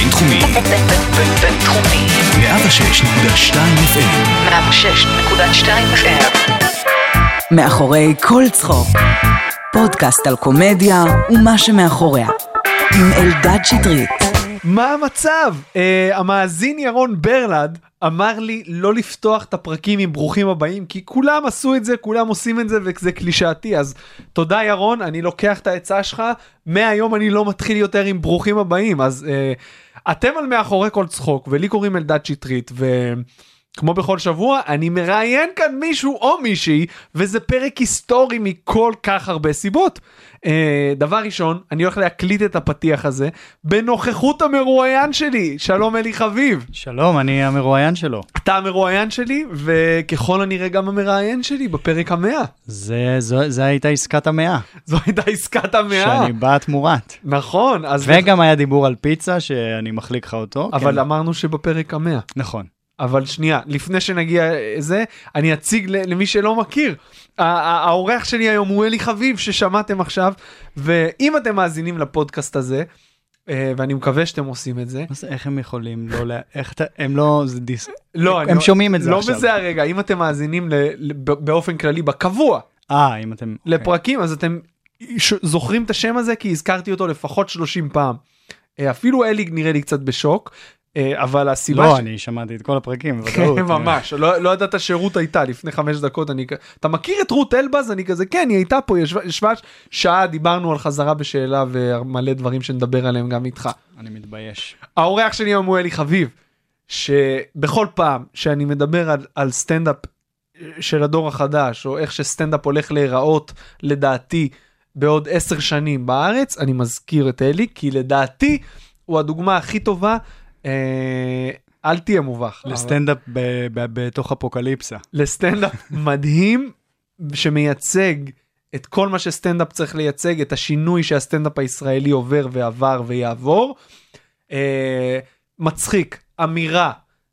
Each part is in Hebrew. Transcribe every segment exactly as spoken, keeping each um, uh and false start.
בינתחומי. בינתחומי. מאה ושש נקודה שתיים אף אם. מאה ושש נקודה שתיים אף אם. מאחורי כל צחוק. פודקאסט על קומדיה ומה שמאחוריה. עם אלדד שטרית. מה המצב? Uh, המאזין ירון ברלד אמר לי לא לפתוח את הפרקים עם ברוכים הבאים, כי כולם עשו את זה, כולם עושים את זה, וזה קלישאתי. אז תודה ירון, אני לוקח את העצה שלך, מהיום אני לא מתחיל יותר עם ברוכים הבאים. אז uh, אתם על מאחורי כל צחוק, ולי קוראים אלדד שטרית, וכמו בכל שבוע, אני מראיין כאן מישהו או מישהי, וזה פרק היסטורי מכל כך הרבה סיבות. Uh, דבר ראשון, אני הולך להקליט את הפתיח הזה בנוכחות המרואיין שלי. שלום אלי חביב. שלום, אני המרואיין שלו. אתה המרואיין שלי, וככל הנראה גם המראיין שלי בפרק המאה. זה, זו, זה הייתה עסקת המאה. זו הייתה עסקת המאה. שאני בא תמורת. נכון. אז וגם היה דיבור על פיצה שאני מחליק לך אותו. אבל כן. אמרנו שבפרק המאה. נכון. אבל שנייה, לפני שנגיע זה, אני אציג למי שלא מכיר. האורח שלי היום הוא אלי חביב, ששמעתם עכשיו, ואם אתם מאזינים לפודקאסט הזה, ואני מקווה שאתם עושים את זה. אז איך הם יכולים לא, איך אתה, הם לא, זה דיס... לא, הם שומעים את זה לא עכשיו. לא בזה הרגע, אם אתם מאזינים באופן כללי, בקבוע, אה, אם אתם... לפרקים, אז אתם זוכרים את השם הזה, כי הזכרתי אותו לפחות שלושים פעם. אפילו אלי נראה לי קצת בשוק, אבל הסיבה... לא, ש... אני שמעתי את כל הפרקים, כן, ממש. לא, לא ידעת שרות הייתה לפני חמש דקות. אני... אתה מכיר את רות אלבז? אני כזה, כן, היא הייתה פה, ישבה, ישבה שעה, דיברנו על חזרה בשאלה, ומלא דברים שנדבר עליהם גם איתך. אני מתבייש. האורח שלי היום הוא אלי חביב, שבכל פעם שאני מדבר על, על סטנדאפ של הדור החדש, או איך שסטנדאפ הולך להיראות, לדעתי, בעוד עשר שנים בארץ, אני מזכיר את אלי, כי לדעתי הוא הדוגמה הכי טובה, אל תהיה מובך. לסטנדאפ בתוך אפוקליפסה. לסטנדאפ מדהים שמייצג את כל מה שסטנדאפ צריך לייצג, את השינוי שהסטנדאפ הישראלי עובר ועבר ויעבור. מצחיק, אמירה,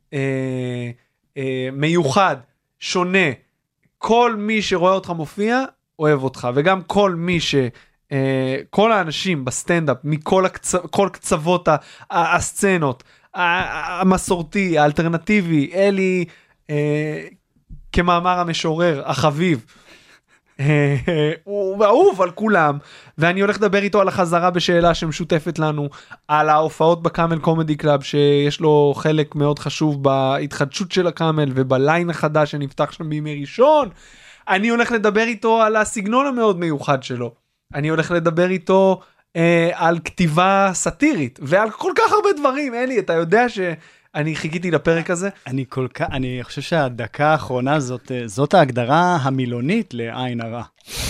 מיוחד, שונה. כל מי שרואה אותך מופיע, אוהב אותך. וגם כל מי ש... כל האנשים בסטנדאפ, מכל כל קצוות הסצנות, המסורתי, האלטרנטיבי, אלי, אה, כמאמר המשורר, החביב, אה, הוא אהוב על כולם, ואני הולך לדבר איתו על החזרה בשאלה שמשותפת לנו, על ההופעות בקאמל קומדי קלאב, שיש לו חלק מאוד חשוב בהתחדשות של הקאמל, ובליין החדש שנפתח שם בימי ראשון. אני הולך לדבר איתו על הסגנון המאוד מיוחד שלו. אני הולך לדבר איתו אה, על כתיבה סאטירית, ועל כל כך הרבה דברים. אלי, אתה יודע שאני חיכיתי לפרק הזה? אני כל כך, אני חושב שהדקה האחרונה זאת, זאת ההגדרה המילונית לעין הרע.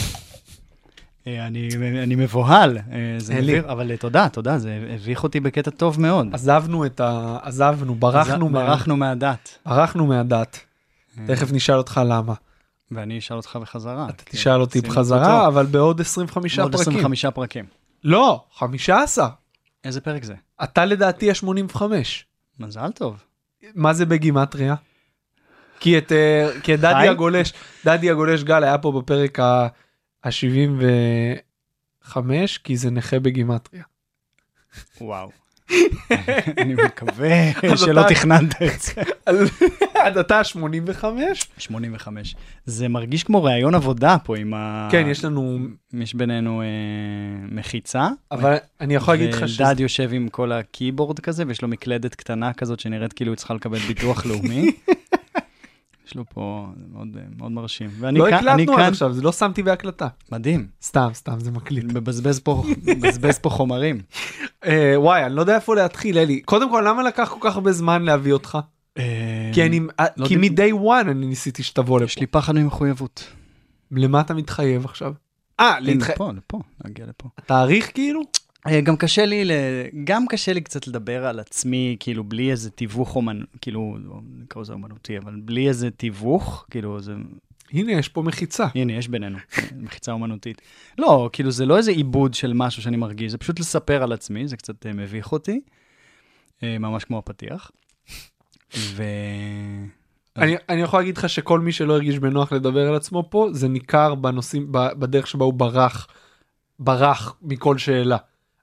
אני, אני מבוהל, זה מביר, אבל תודה, תודה, זה הביך אותי בקטע טוב מאוד. עזבנו את ה... עזבנו, ברחנו, עזב, ברחנו מה... מהדת. ברחנו מהדת. תכף נשאל אותך למה. ואני אשאל אותך בחזרה. אתה תשאל אותי בחזרה, אבל בעוד עשרים וחמישה פרקים. בעוד עשרים וחמישה פרקים. לא, חמישה עשר. איזה פרק זה? אתה לדעתי ה-שמונים וחמש. מזל טוב. מה זה בגימטריה? כי את, כי את דדי הגולש, דדי הגולש גל היה פה בפרק ה-שבעים וחמש, כי זה נכה בגימטריה. וואו. אני מקווה שלא תכננת את זה. עד אתה שמונים וחמש? שמונים וחמש. זה מרגיש כמו ראיון עבודה פה עם ה... כן, יש לנו... יש בינינו מחיצה. אבל אני יכול להגיד לך ש... ודד יושב עם כל הקייבורד כזה, ויש לו מקלדת קטנה כזאת שנראית כאילו היא צריכה לקבל ביטוח לאומי. יש לו פה מאוד מרשים. לא הקלטנו עד עכשיו, זה לא שמתי בהקלטה. מדהים. סתם, סתם, זה מקליט. מבזבז פה חומרים. וואי, אני לא יודע איפה להתחיל, אלי. קודם כל, למה לקח כל כך הרבה זמן להביא אותך? כי מ-day one אני ניסיתי שתבוא לפה. יש לי פחד ממחויבות. למה אתה מתחייב עכשיו? אה, להתחייב. לפה, לפה, להגיע לפה. תאריך כאילו? גם קשה לי, גם קשה לי קצת לדבר על עצמי, כאילו, בלי איזה תיווך אומנות, כאילו, נקרא לזה אומנותי, אבל בלי איזה תיווך, כאילו, זה... הנה, יש פה מחיצה. הנה, יש בינינו, מחיצה אומנותית. לא, כאילו, זה לא איזה עיבוד של משהו שאני מרגיש, זה פשוט לספר על עצמי, זה קצת מביך אותי, ממש כמו הפתיח. ו... אני, אני יכול להגיד לך שכל מי שלא הרגיש בנוח לדבר על עצמו פה, זה ניכר בנושאים, בדרך שבה הוא ברח, ברח מכל שאלה.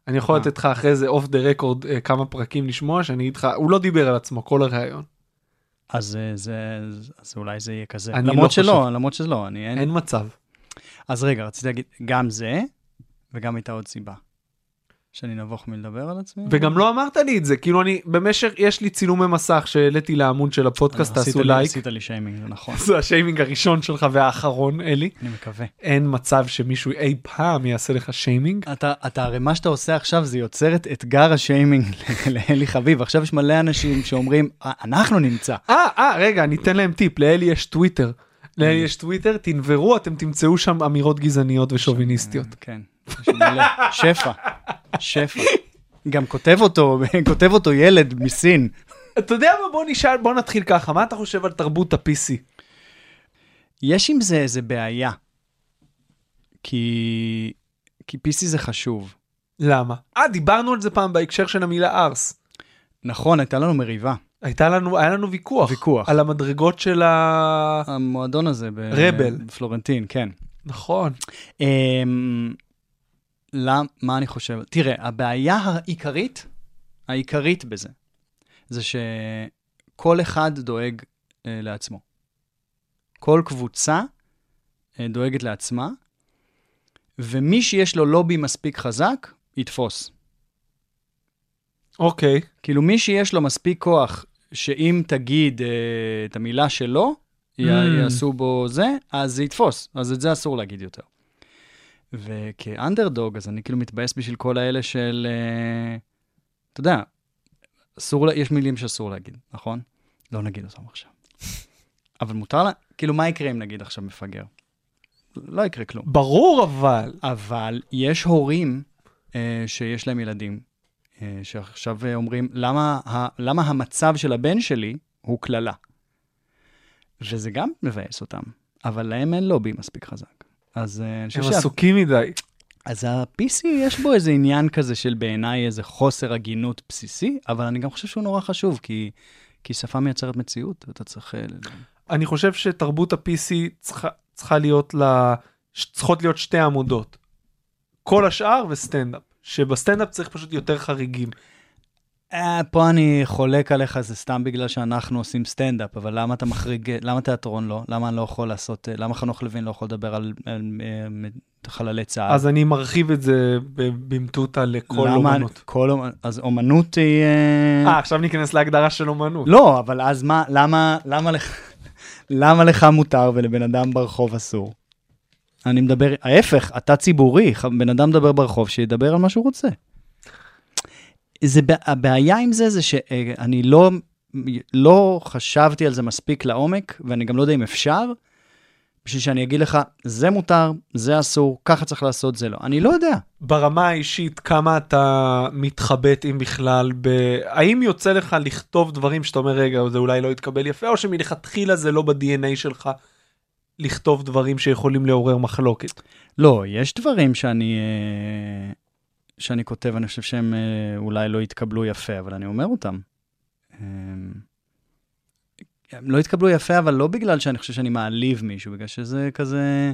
אני יכול לתת לך אחרי זה אוף דה רקורד כמה פרקים לשמוע, שאני אגיד לך, הוא לא דיבר על עצמו כל הרעיון. אז זה, אז אולי זה יהיה כזה. אני לא למרות חושב. שלא, למרות שלא, אני אין... אין מצב. אז רגע, רציתי להגיד, גם זה, וגם הייתה עוד סיבה. שאני נבוך מלדבר על עצמי. וגם לא אמרת לי את זה, כאילו אני, במשך, יש לי צילומי מסך שהעליתי לעמוד של הפודקאסט, תעשו לייק. עשית לי שיימינג, זה נכון. זה השיימינג הראשון שלך והאחרון, אלי. אני מקווה. אין מצב שמישהו אי פעם יעשה לך שיימינג. אתה, אתה, הרי מה שאתה עושה עכשיו, זה יוצר את אתגר השיימינג לאלי חביב. עכשיו יש מלא אנשים שאומרים, אנחנו נמצא. אה, אה, רגע, אני אתן להם טיפ, לאלי יש טוויטר. לאלי יש טוויטר, תנברו, אתם תמצאו שם אמירות גזעניות ושוביניסטיות. כן, יש מלא. שפע, שפע. גם כותב אותו, כותב אותו ילד מסין. אתה יודע מה, בוא נשאל, בוא נתחיל ככה, מה אתה חושב על תרבות ה-פי סי? יש עם זה איזה בעיה. כי, כי פי סי זה חשוב. למה? אה, דיברנו על זה פעם בהקשר של המילה ארס. נכון, הייתה לנו מריבה. הייתה לנו, היה לנו ויכוח. ויכוח. על המדרגות של ה... המועדון הזה. ב- רבל. בפלורנטין, כן. נכון. אמ, למה, מה אני חושב? תראה, הבעיה העיקרית, העיקרית בזה, זה שכל אחד דואג אה, לעצמו. כל קבוצה אה, דואגת לעצמה, ומי שיש לו לובי מספיק חזק, יתפוס. אוקיי. כאילו מי שיש לו מספיק כוח, שאם תגיד אה, את המילה שלו, י- Mm. יעשו בו זה, אז זה יתפוס. אז את זה אסור להגיד יותר. וכאנדרדוג, אז אני כאילו מתבאס בשביל כל האלה של, אה, אתה יודע, אסור, לה- יש מילים שאסור להגיד, נכון? לא נגיד אותם עכשיו. אבל מותר לה, כאילו מה יקרה אם נגיד עכשיו מפגר? לא יקרה כלום. ברור אבל. אבל יש הורים אה, שיש להם ילדים, אה, שעכשיו אומרים, למה, ה, למה המצב של הבן שלי הוא כללה? וזה גם מבאס אותם, אבל להם אין לובי מספיק חזק. אז אה, אני חושב הם שה- עסוקים מדי. אז ה-פי סי יש בו איזה עניין כזה של בעיניי איזה חוסר הגינות בסיסי, אבל אני גם חושב שהוא נורא חשוב, כי, כי שפה מייצרת מציאות, ואתה צריך... אה, אני חושב שתרבות ה-פי סי צריכה, צריכה להיות לה, צריכות להיות שתי עמודות. כל השאר וסטנדאפ. שבסטנדאפ צריך פשוט יותר חריגים. אה, פה אני חולק עליך, זה סתם בגלל שאנחנו עושים סטנדאפ, אבל למה אתה מחריג, למה תיאטרון לא? למה אני לא יכול לעשות, למה חנוך לוין לא יכול לדבר על, על, על חללי צה"ל? אז אני מרחיב את זה במטותא לכל למה, אומנות. כל, אומ- אז אומנות היא... אה, עכשיו ניכנס להגדרה של אומנות. לא, אבל אז מה, למה, למה לך, למה לך מותר ולבן אדם ברחוב אסור? אני מדבר, ההפך, אתה ציבורי, ח- בן אדם מדבר ברחוב, שידבר על מה שהוא רוצה. זה, ב- הבעיה עם זה, זה שאני לא, לא חשבתי על זה מספיק לעומק, ואני גם לא יודע אם אפשר, בשביל שאני אגיד לך, זה מותר, זה אסור, ככה צריך לעשות, זה לא. אני לא יודע. ברמה האישית, כמה אתה מתחבט אם בכלל, ב... האם יוצא לך לכתוב דברים שאתה אומר, רגע, זה אולי לא יתקבל יפה, או שמלכתחילה זה לא ב-די אן איי שלך לכתוב דברים שיכולים לעורר מחלוקת? לא, יש דברים שאני, אה, שאני כותב, אני חושב שהם אה, אולי לא יתקבלו יפה, אבל אני אומר אותם. אה, הם לא יתקבלו יפה, אבל לא בגלל שאני חושב שאני מעליב מישהו, בגלל שזה כזה,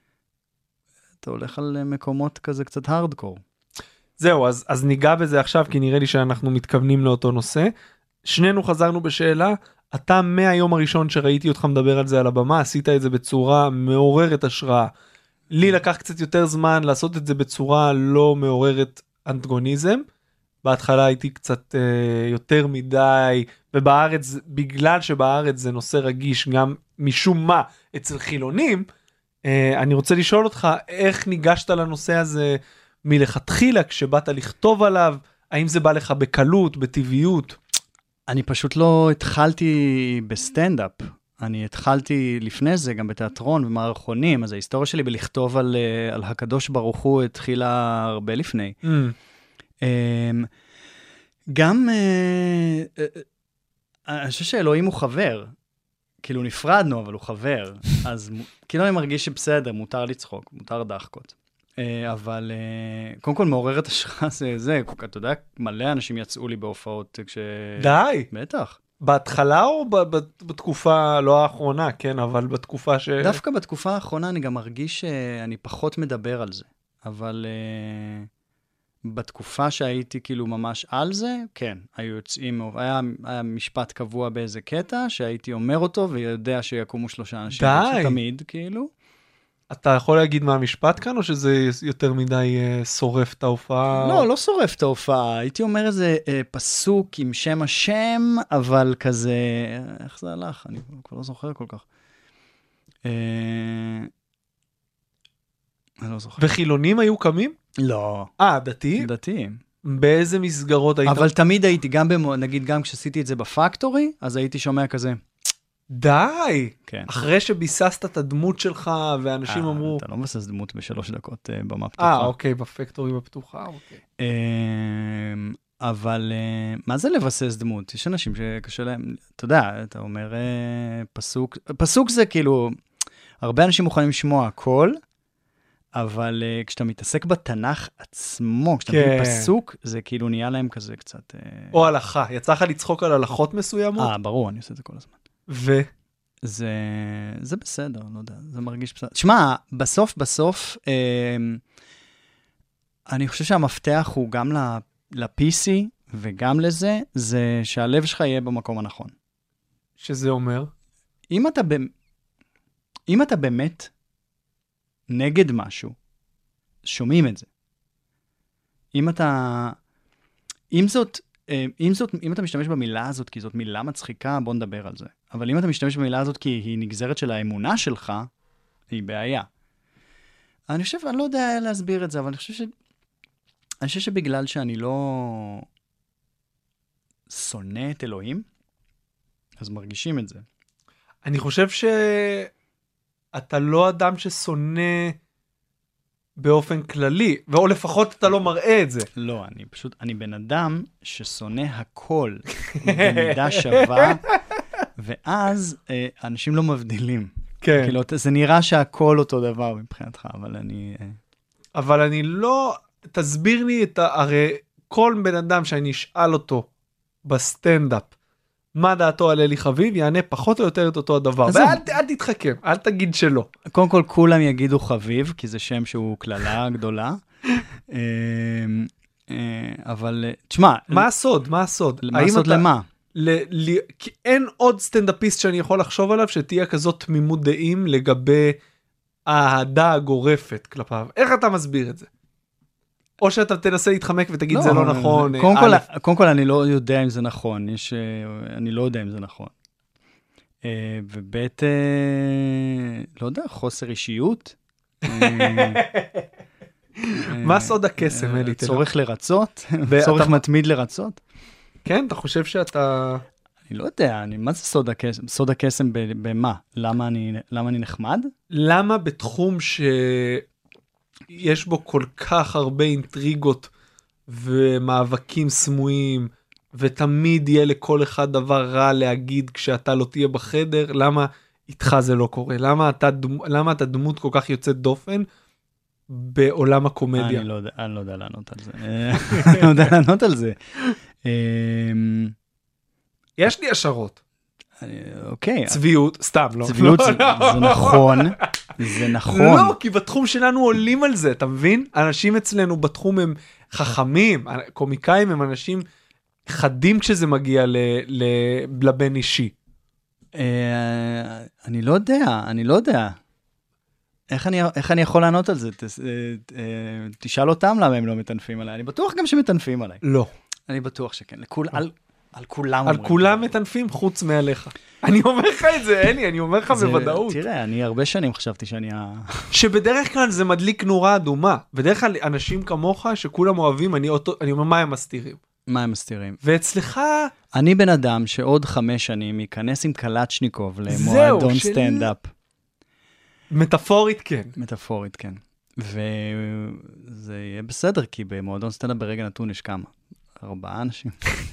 אתה הולך על מקומות כזה קצת הארדקור. זהו, אז, אז ניגע בזה עכשיו, כי נראה לי שאנחנו מתכוונים לאותו נושא. שנינו חזרנו בשאלה, אתה מהיום הראשון שראיתי אותך מדבר על זה על הבמה, עשית את זה בצורה מעוררת השראה. לי לקח קצת יותר זמן לעשות את זה בצורה לא מעוררת אנטגוניזם. בהתחלה הייתי קצת אה, יותר מדי, ובארץ, בגלל שבארץ זה נושא רגיש גם משום מה אצל חילונים, אה, אני רוצה לשאול אותך, איך ניגשת לנושא הזה מלכתחילה, כשבאת לכתוב עליו, האם זה בא לך בקלות, בטבעיות? אני פשוט לא התחלתי בסטנדאפ. אני התחלתי לפני זה גם בתיאטרון ומערכונים, אז ההיסטוריה שלי בלכתוב על, אה, על הקדוש ברוך הוא התחילה הרבה לפני. Mm. גם, אני חושב שאלוהים הוא חבר, כאילו נפרדנו, אבל הוא חבר, אז כאילו אני מרגיש שבסדר, מותר לצחוק, מותר דחקות, אבל קודם כל מעוררת השראה זה, זה, אתה יודע, מלא אנשים יצאו לי בהופעות, כש... די. בטח. בהתחלה או בתקופה, לא האחרונה, כן, אבל בתקופה ש... דווקא בתקופה האחרונה אני גם מרגיש שאני פחות מדבר על זה, אבל... בתקופה שהייתי כאילו ממש על זה, כן, היו יוצאים, היה, היה משפט קבוע באיזה קטע, שהייתי אומר אותו, ויודע שיקומו שלושה אנשים. די. תמיד, כאילו. אתה יכול להגיד מה המשפט כאן, או שזה יותר מדי uh, שורף את ההופעה? לא, לא שורף את ההופעה. הייתי אומר איזה אה, פסוק עם שם השם, אבל כזה, איך זה הלך? אני כבר לא זוכר כל כך. אה, אני לא זוכר. וחילונים היו קמים? לא. אה, דתיים? דתיים. באיזה מסגרות היית? אבל תמיד הייתי, גם במו, נגיד, גם כשעשיתי את זה בפקטורי, אז הייתי שומע כזה. די! כן. אחרי שביססת את הדמות שלך, ואנשים אה, אמרו... אתה לא מבסס דמות בשלוש דקות אה, במה פתוחה. אה, אוקיי, בפקטורי בפתוחה, אוקיי. אה, אבל אה, מה זה לבסס דמות? יש אנשים שקשה להם, אתה יודע, אתה אומר אה, פסוק, פסוק זה כאילו, הרבה אנשים מוכנים לשמוע הכל, אבל uh, כשאתה מתעסק בתנ"ך עצמו, כשאתה כן. מביא פסוק, זה כאילו נהיה להם כזה קצת... Uh... או הלכה. יצא לך לצחוק על הלכות מסוימות? אה, ברור, אני עושה את זה כל הזמן. ו? זה, זה בסדר, לא יודע, זה מרגיש בסדר. שמע, בסוף, בסוף, אה, אני חושב שהמפתח הוא גם ל-פי סי וגם לזה, זה שהלב שלך יהיה במקום הנכון. שזה אומר? אם אתה, ב... אם אתה באמת נגד משהו, שומעים את זה. אם אתה, אם זאת, אם זאת, אם אתה משתמש במילה הזאת, כי זאת מילה מצחיקה, בוא נדבר על זה. אבל אם אתה משתמש במילה הזאת, כי היא נגזרת של האמונה שלך, היא בעיה. אני חושב, אני לא יודע להסביר את זה, אבל אני חושב ש... אני חושב שבגלל שאני לא שונא את אלוהים, אז מרגישים את זה. אני חושב שאתה לא אדם ששונא באופן כללי, או לפחות אתה לא מראה את זה. לא, אני פשוט, אני בן אדם ששונא הכל במידה שווה, ואז אה, אנשים לא מבדילים. כן. כאילו, זה נראה שהכל אותו דבר מבחינתך, אבל אני... אה... אבל אני לא... תסביר לי את ה... הרי כל בן אדם שאני אשאל אותו בסטנדאפ, מה דעתו על אלי חביב, יענה פחות או יותר את אותו הדבר. אז ואל אל תתחכם, אל תגיד שלא. קודם כל, כולם יגידו חביב, כי זה שם שהוא כללה גדולה. אה, אה, אבל, תשמע... מה הסוד? מה הסוד? מה הסוד אתה... למה? ל... ל... כי אין עוד סטנדאפיסט שאני יכול לחשוב עליו שתהיה כזאת תמימות דעים לגבי האהדה הגורפת כלפיו. איך אתה מסביר את זה? או שאתה תנסה להתחמק ותגיד זה לא נכון. קודם כל, קודם כל אני לא יודע אם זה נכון, יש, אני לא יודע אם זה נכון. ובית, לא יודע, חוסר אישיות. מה סוד הקסם, אלי? צורך לרצות, צורך מתמיד לרצות. כן, אתה חושב שאתה... אני לא יודע, אני, מה זה סוד הקסם? סוד הקסם במה? למה אני, למה אני נחמד? למה בתחום שיש בו כל כך הרבה אינטריגות ומאבקים סמויים, ותמיד יהיה לכל אחד דבר רע להגיד כשאתה לא תהיה בחדר, למה איתך זה לא קורה? למה אתה, למה אתה דמות כל כך יוצאת דופן בעולם הקומדיה? אני לא יודע, אני לא יודע לענות על זה. אני לא יודע לענות על זה. יש לי השערות. אוקיי. צביעות, סתם, לא. צביעות זה נכון, זה נכון. לא, כי בתחום שלנו עולים על זה, אתה מבין? אנשים אצלנו בתחום הם חכמים, קומיקאים הם אנשים חדים כשזה מגיע לבן אישי. אני לא יודע, אני לא יודע. איך אני, איך אני יכול לענות על זה? תשאל אותם למה הם לא מטנפים עליי. אני בטוח גם שמטנפים עליי. לא. אני בטוח שכן. לכול, על, על כולם על כולם מטנפים חוץ מעליך. אני אומר לך את זה, אלי, אני אומר לך בוודאות. תראה, אני הרבה שנים חשבתי שאני... שבדרך כלל זה מדליק נורה אדומה. בדרך כלל אנשים כמוך שכולם אוהבים, אני, אותו, אני אומר, מה הם מסתירים? מה הם מסתירים? ואצלך... אני בן אדם שעוד חמש שנים ייכנס עם קלצ'ניקוב למועדון סטנדאפ. מטאפורית כן. מטאפורית כן. וזה יהיה בסדר, כי במועדון סטנדאפ ברגע נתון יש כמה? ארבעה אנשים.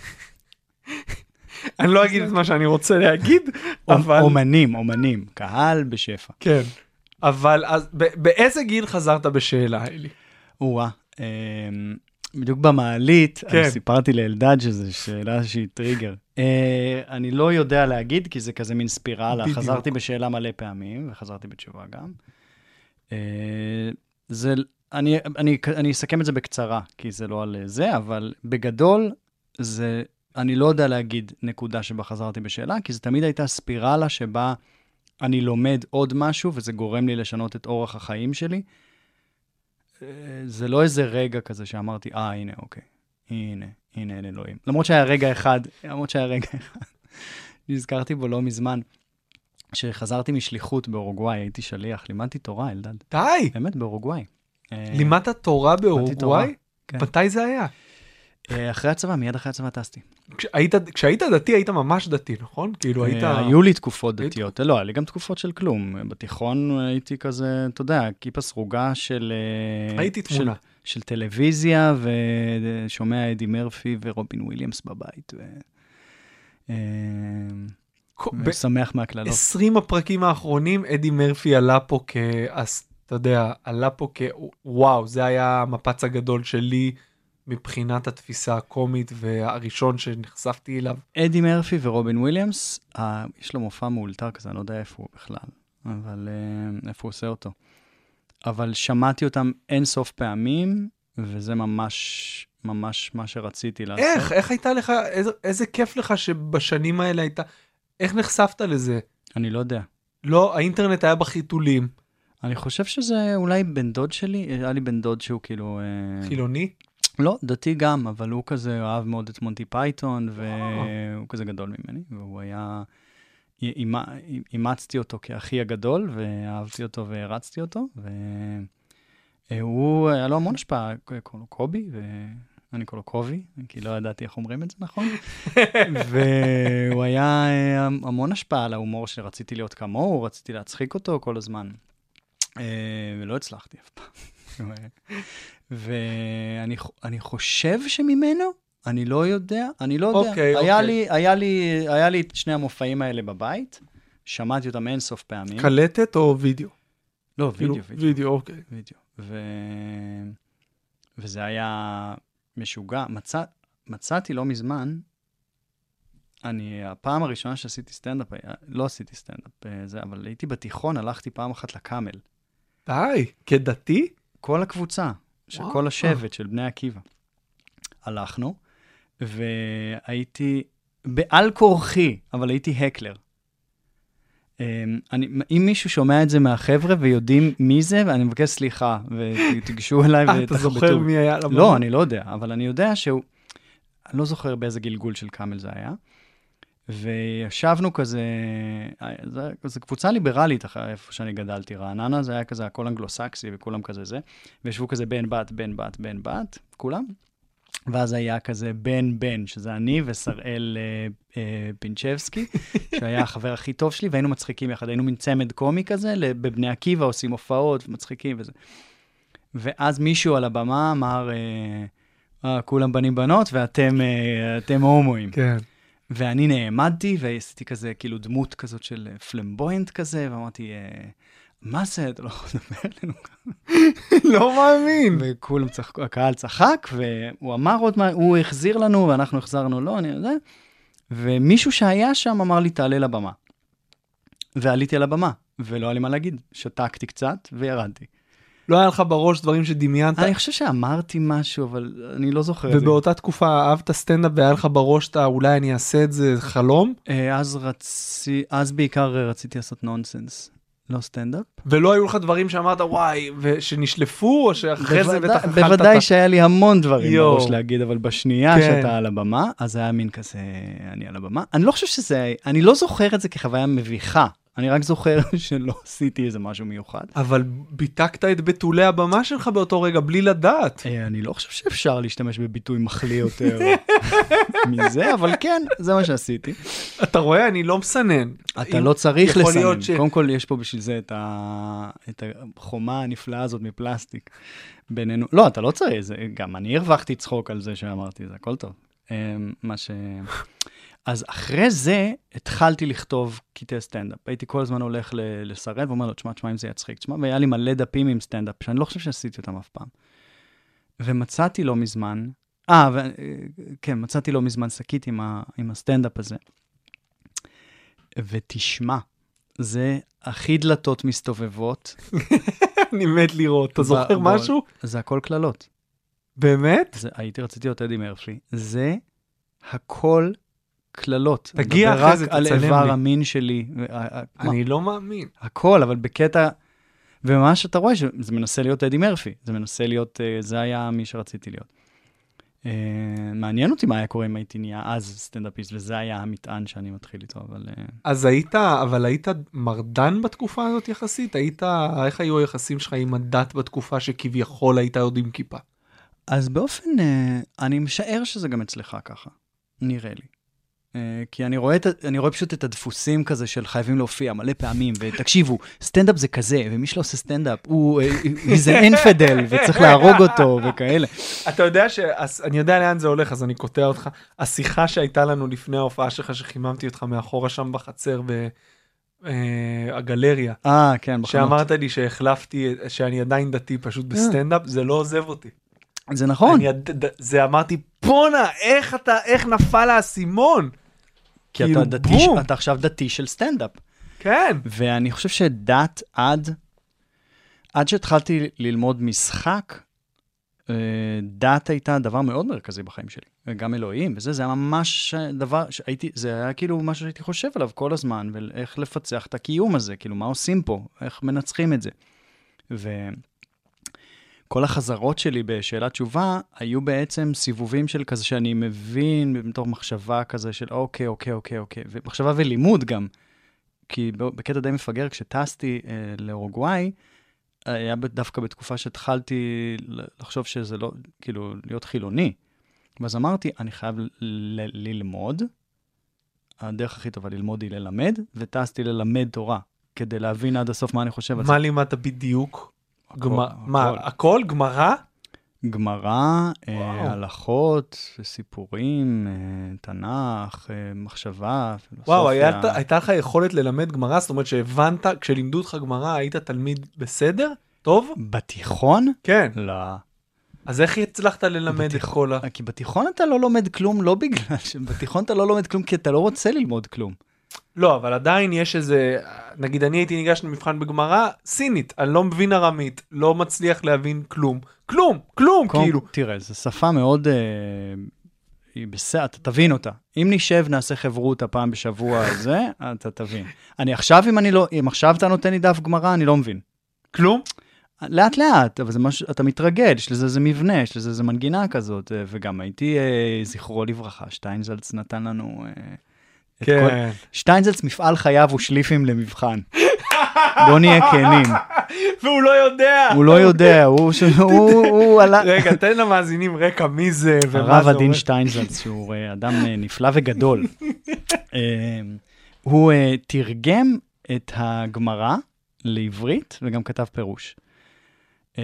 אני לא אגיד את מה שאני רוצה להגיד, אבל... אומנים, אומנים, קהל בשפע. כן. אבל אז, באיזה גיל חזרת בשאלה, אלי? וואה, בדיוק במעלית, אני סיפרתי לאלדד שזו שאלה שהיא טריגר. אני לא יודע להגיד, כי זה כזה מין ספירלה. חזרתי בשאלה מלא פעמים, וחזרתי בתשובה גם. זה אני, אני, אני אסכם את זה בקצרה, כי זה לא על זה, אבל בגדול, זה, אני לא יודע להגיד נקודה שבה חזרתי בשאלה, כי זה תמיד הייתה ספירלה שבה אני לומד עוד משהו, וזה גורם לי לשנות את אורח החיים שלי. זה לא איזה רגע כזה שאמרתי, אה, הנה, אוקיי, הנה, הנה, אין אלוהים. למרות שהיה רגע אחד, למרות שהיה רגע אחד, נזכרתי בו לא מזמן, שחזרתי משליחות באורוגוואי, הייתי שליח, לימדתי תורה, אלדד. די! באמת, באורוגוואי. לימדת תורה באורוגוואי? מתי זה היה? אחרי הצבא, מיד אחרי הצבא טסתי. כשהיית דתי, היית ממש דתי, נכון? כאילו היית... היו לי תקופות דתיות, לא, היה לי גם תקופות של כלום. בתיכון הייתי כזה, אתה יודע, כיפה סרוגה של... הייתי תמונה. של טלוויזיה, ושומע אדי מרפי ורובין וויליאמס בבית, ו... ושמח מהכללות. עשרים הפרקים האחרונים, אדי מרפי עלה פה כ... אתה יודע, עלה פה כ... וואו, זה היה המפץ הגדול שלי, מבחינת התפיסה הקומית, והראשון שנחשפתי אליו. אדי מרפי ורובין וויליאמס, אה, יש לו מופע מאולתר כזה, אני לא יודע איפה הוא בכלל, אבל אה, איפה הוא עושה אותו. אבל שמעתי אותם אין סוף פעמים, וזה ממש, ממש מה שרציתי לעשות. איך? איך הייתה לך, איזה, איזה כיף לך שבשנים האלה הייתה, איך נחשפת לזה? אני לא יודע. לא, האינטרנט היה בחיתולים. אני חושב שזה אולי בן דוד שלי, היה לי בן דוד שהוא כאילו... אה... חילוני? לא, דתי גם, אבל הוא כזה אהב מאוד את מונטי פייתון, והוא כזה גדול ממני, והוא היה... אימצתי אותו כאחי הגדול, ואהבתי אותו והרצתי אותו, והוא, היה לו המון השפעה, קוראים לו קובי, ואני קוראים לו קובי, כי לא ידעתי איך אומרים את זה נכון, והוא היה המון השפעה על ההומור שרציתי להיות כמוהו, רציתי להצחיק אותו כל הזמן, ולא הצלחתי אף פעם. ואני חושב שממנו, אני לא יודע, אני לא יודע. אוקיי, היה אוקיי. לי, היה לי, היה לי את שני המופעים האלה בבית, שמעתי אותם אין סוף פעמים. קלטת או וידאו? לא, וידאו, וידאו. וידאו, אוקיי. וידאו. ו... וזה היה משוגע. מצא... מצאתי לא מזמן, אני, הפעם הראשונה שעשיתי סטנדאפ, לא עשיתי סטנדאפ, זה, אבל הייתי בתיכון, הלכתי פעם אחת לקאמל. די, כדתי? כל הקבוצה, של כל השבט של בני עקיבא. הלכנו, והייתי בעל כורחי, אבל הייתי הקלר. אני, אם מישהו שומע את זה מהחבר'ה ויודעים מי זה, ואני מבקש סליחה, ותיגשו אליי ותחבטו. אתה זוכר מי היה? לא, אני לא יודע, אבל אני יודע שהוא, אני לא זוכר באיזה גלגול של קאמל זה היה, וישבנו כזה, זו קבוצה ליברלית איפה שאני גדלתי, רעננה, זה היה כזה הכל אנגלוסקסי וכולם כזה זה, וישבו כזה בן בת, בן בת, בן בת, כולם. ואז היה כזה בן בן, שזה אני ושראל אה, אה, פינצ'בסקי, שהיה החבר הכי טוב שלי, והיינו מצחיקים יחד, היינו מין צמד קומי כזה, בבני עקיבא עושים הופעות ומצחיקים וזה. ואז מישהו על הבמה אמר, אה, אה, כולם בנים בנות, ואתם אה, אתם הומואים. כן. ואני נעמדתי, ועשיתי כזה, כאילו דמות כזאת של פלמבוינט כזה, ואמרתי, אה, מה זה? אתה לא יכול לדבר אלינו ככה. לא מאמין. וכולם צחקו, הקהל צחק, והוא אמר עוד מה, הוא החזיר לנו, ואנחנו החזרנו לו, אני יודע. ומישהו שהיה שם אמר לי, תעלה לבמה. ועליתי על הבמה, ולא היה לי מה להגיד. שתקתי קצת, וירדתי. לא היה לך בראש דברים שדמיינת? אני חושב שאמרתי משהו, אבל אני לא זוכר את זה. ובאותה תקופה אהבת סטנדאפ, והיה לך בראש, אולי אני אעשה את זה חלום? אז רצי, אז בעיקר רציתי לעשות נונסנס. לא סטנדאפ. ולא היו לך דברים שאמרת, וואי, ושנשלפו, או שאחרי זה בטח אכלת... בוודאי שהיה לי המון דברים בראש להגיד, אבל בשנייה שאתה על הבמה, אז היה מין כזה, אני על הבמה. אני לא חושב שזה, אני לא זוכר את זה כחוויה מביכה. אני רק זוכר שלא עשיתי איזה משהו מיוחד. אבל ביטקת את ביטולי הבמה שלך באותו רגע, בלי לדעת. אני לא חושב שאפשר להשתמש בביטוי מחלי יותר מזה, אבל כן, זה מה שעשיתי. אתה רואה, אני לא מסנן. אתה לא צריך לסנן. קודם כל, יש פה בשביל זה את החומה הנפלאה הזאת מפלסטיק בינינו. לא, אתה לא צריך, גם אני הרווחתי צחוק על זה שאמרתי, זה הכל טוב. מה ש... אז אחרי זה התחלתי לכתוב קטעי סטנדאפ. הייתי כל הזמן הולך לסרל ואומר לו, תשמע, תשמע אם זה יצחיק, תשמע, והיה לי מלא דפים עם סטנדאפ, שאני לא חושב שעשיתי אותם אף פעם. ומצאתי לא מזמן, אה, ו... כן, מצאתי לא מזמן שקית עם, ה... עם הסטנדאפ הזה. ותשמע, זה הכי דלתות מסתובבות אני מת לראות. אתה זוכר ב- משהו? זה הכל כללות. באמת? זה, הייתי רציתי להיות אדי מרפי. זה הכל כללות. תגיע מדבר אחרי זה, רק על תצלם איבר לי. המין שלי. ה- ה- אני לא מאמין. הכל, אבל בקטע... וממש אתה רואה שזה מנסה להיות אדי מרפי. זה מנסה להיות... אה, זה היה מי שרציתי להיות. אה, מעניין אותי מה היה קורה אם הייתי נהיה אז סטנדאפיסט, וזה היה המטען שאני מתחיל איתו, אבל... אה, אז היית, אבל היית מרדן בתקופה הזאת יחסית? היית, איך היו היחסים שלך עם הדת בתקופה שכביכול היית עוד עם כיפה? אז באופן... אה, אני משער שזה גם אצלך ככה. נראה לי. Uh, כי אני רואה, את, אני רואה פשוט את הדפוסים כזה של חייבים להופיע מלא פעמים, ותקשיבו, סטנדאפ זה כזה, ומי שלא עושה סטנדאפ, הוא איזה אינפדל, וצריך להרוג אותו, וכאלה. אתה יודע ש... אני יודע לאן זה הולך, אז אני קוטע אותך. השיחה שהייתה לנו לפני ההופעה שלך, שחיממתי אותך מאחורה שם בחצר, בגלריה, אה, כן, בחנות. שאמרת לי שהחלפתי, שאני עדיין דתי פשוט בסטנדאפ, זה לא עוזב אותי. זה נכון. אני, זה אמרתי, בונה, איך אתה, איך נפל האסימון? כי כאילו, אתה, דתי, בום. אתה עכשיו דתי של סטנדאפ. כן. ואני חושב שדת עד, עד שהתחלתי ללמוד משחק, אה, דת הייתה דבר מאוד מרכזי בחיים שלי. וגם אלוהים, וזה, זה היה ממש דבר שהייתי, זה היה כאילו משהו שהייתי חושב עליו כל הזמן, ואיך לפצח את הקיום הזה, כאילו מה עושים פה, איך מנצחים את זה. וכל החזרות שלי בשאלת תשובה, היו בעצם סיבובים של כזה שאני מבין, בתור מחשבה כזה של אוקיי, אוקיי, אוקיי, אוקיי, ומחשבה ולימוד גם, כי בקטע די מפגר, כשטסתי אה, לאורוגוואי, היה דווקא בתקופה שהתחלתי לחשוב שזה לא, כאילו, להיות חילוני. ואז אמרתי, אני חייב ל- ללמוד, הדרך הכי טובה ללמוד היא ללמד, וטסתי ללמד תורה, כדי להבין עד הסוף מה אני חושב על זה. מה לימדת בדיוק? הכל, גמ... הכל. מה, הכל? גמרא? גמרא, אה, וואו. הלכות, סיפורים, אה, תנ"ך, אה, מחשבה, פילוסופיה. וואו, היה, הייתה לך יכולת ללמד גמרא? זאת אומרת שהבנת, כשלימדו אותך גמרא, היית תלמיד בסדר? טוב? בתיכון? כן. לא. אז איך הצלחת ללמד את בתיכון- כל ה... כי בתיכון אתה לא לומד כלום, לא בגלל שבתיכון אתה לא לומד כלום, כי אתה לא רוצה ללמוד כלום. לא, אבל עדיין יש איזה... נגיד, אני הייתי ניגש למבחן בגמרא, סינית, אני לא מבין ארמית, לא מצליח להבין כלום. כלום, כלום, קום, כאילו. תראה, זו שפה מאוד... אה, היא בסדר, אתה תבין אותה. אם נשב, נעשה חברות הפעם בשבוע הזה, אתה תבין. אני עכשיו, אם אני לא... אם עכשיו אתה נותן לי דף גמרא, אני לא מבין. כלום? לאט לאט, אבל זה משהו, אתה מתרגל, יש לזה איזה מבנה, יש לזה איזה מנגינה כזאת, אה, וגם הייתי, אה, זכרו לברכה, שטיינזלץ נתן לנו... אה, את כל... כן. שטיינזלץ מפעל חייו הוא שליפים למבחן. בוא נהיה כנים. והוא לא יודע. הוא לא יודע, הוא... ש- הוא- הוא עלה... רגע, תן למאזינים רקע מי זה ומה זה הרב עדין אומר. שטיינזלץ, שהוא אה, אדם אה, נפלא וגדול. אה, הוא אה, תרגם את הגמרא לעברית, וגם כתב פירוש. אה,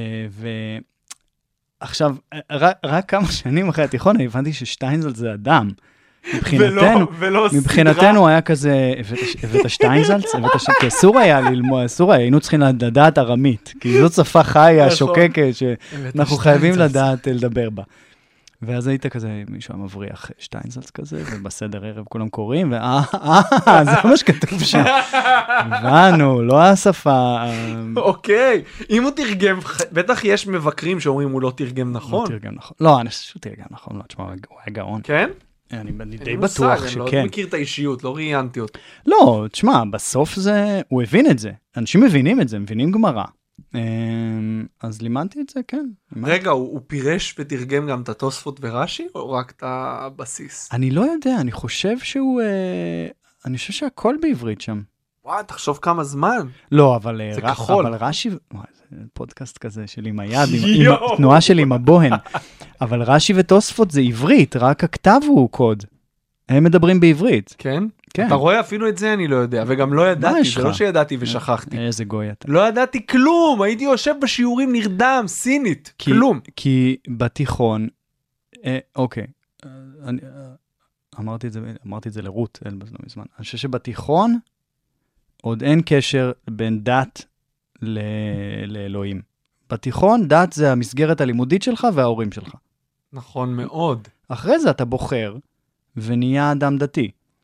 ועכשיו, אה, רק- רק כמה שנים אחרי התיכון, אני הבנתי ששטיינזלץ זה אדם. מבחינתנו, ולא, ולא סדרה. מבחינתנו היה כזה, הבאת- הבאת שטיינזלץ, הבאת ש... כי אסור היה ללמוד, אסור היה, היינו צריכים לדעת ארמית, כי זאת שפה חיה, נכון. שוקקת, שאנחנו חייבים שטיינזלץ. לדעת לדבר בה. ואז היית כזה, מישהו היה מבריח שטיינזלץ כזה, ובסדר ערב כולם קוראים, ואה, אה, זה מה שכתוב שם. הבנו, לא השפה... אה, אוקיי, אם הוא תרגם, בטח יש מבקרים שאומרים הוא לא תרגם לא נכון. תרגם נכון. לא, אני חושב שהוא תרגם נכון, לא, תשמע, הוא היה גאון. כן? אני אני די אין מושג, בטוח אני שכן. לא מכיר את האישיות, לא ראיינתי אותו. לא, תשמע, בסוף זה, הוא הבין את זה. אנשים מבינים את זה, מבינים גמרא. אמ, אז לימדתי את זה, כן. לימדתי. רגע, הוא הוא פירש ותרגם גם את התוספות ורש"י, או רק את הבסיס? אני לא יודע, אני חושב שהוא, אה, אני חושב שהכל בעברית שם. וואי, תחשוב כמה זמן. לא, אבל, אה, זה ר- כחול. אבל רש"י, וואי, זה פודקאסט כזה שלי עם היד, עם, עם יואו. התנועה שלי עם הבוהן. אבל רש"י ותוספות זה עברית, רק הכתב הוא קוד. הם מדברים בעברית. כן? כן. אתה רואה, אפילו את זה אני לא יודע, וגם לא ידעתי, יש זה לך? לא שידעתי ושכחתי. איזה גוי אתה. לא ידעתי כלום, הייתי יושב בשיעורים נרדם, סינית, כי, כלום. כי בתיכון, אה, אוקיי, אה, אני, אה, אמרתי את זה, אמרתי את זה לרות אלבז לא מזמן. אני חושב שבתיכון עוד אין קשר בין דת ל, לאלוהים. בתיכון דת זה המסגרת הלימודית שלך וההורים שלך. נכון מאוד. אחרי זה אתה בוחר ונהיה אדם דתי.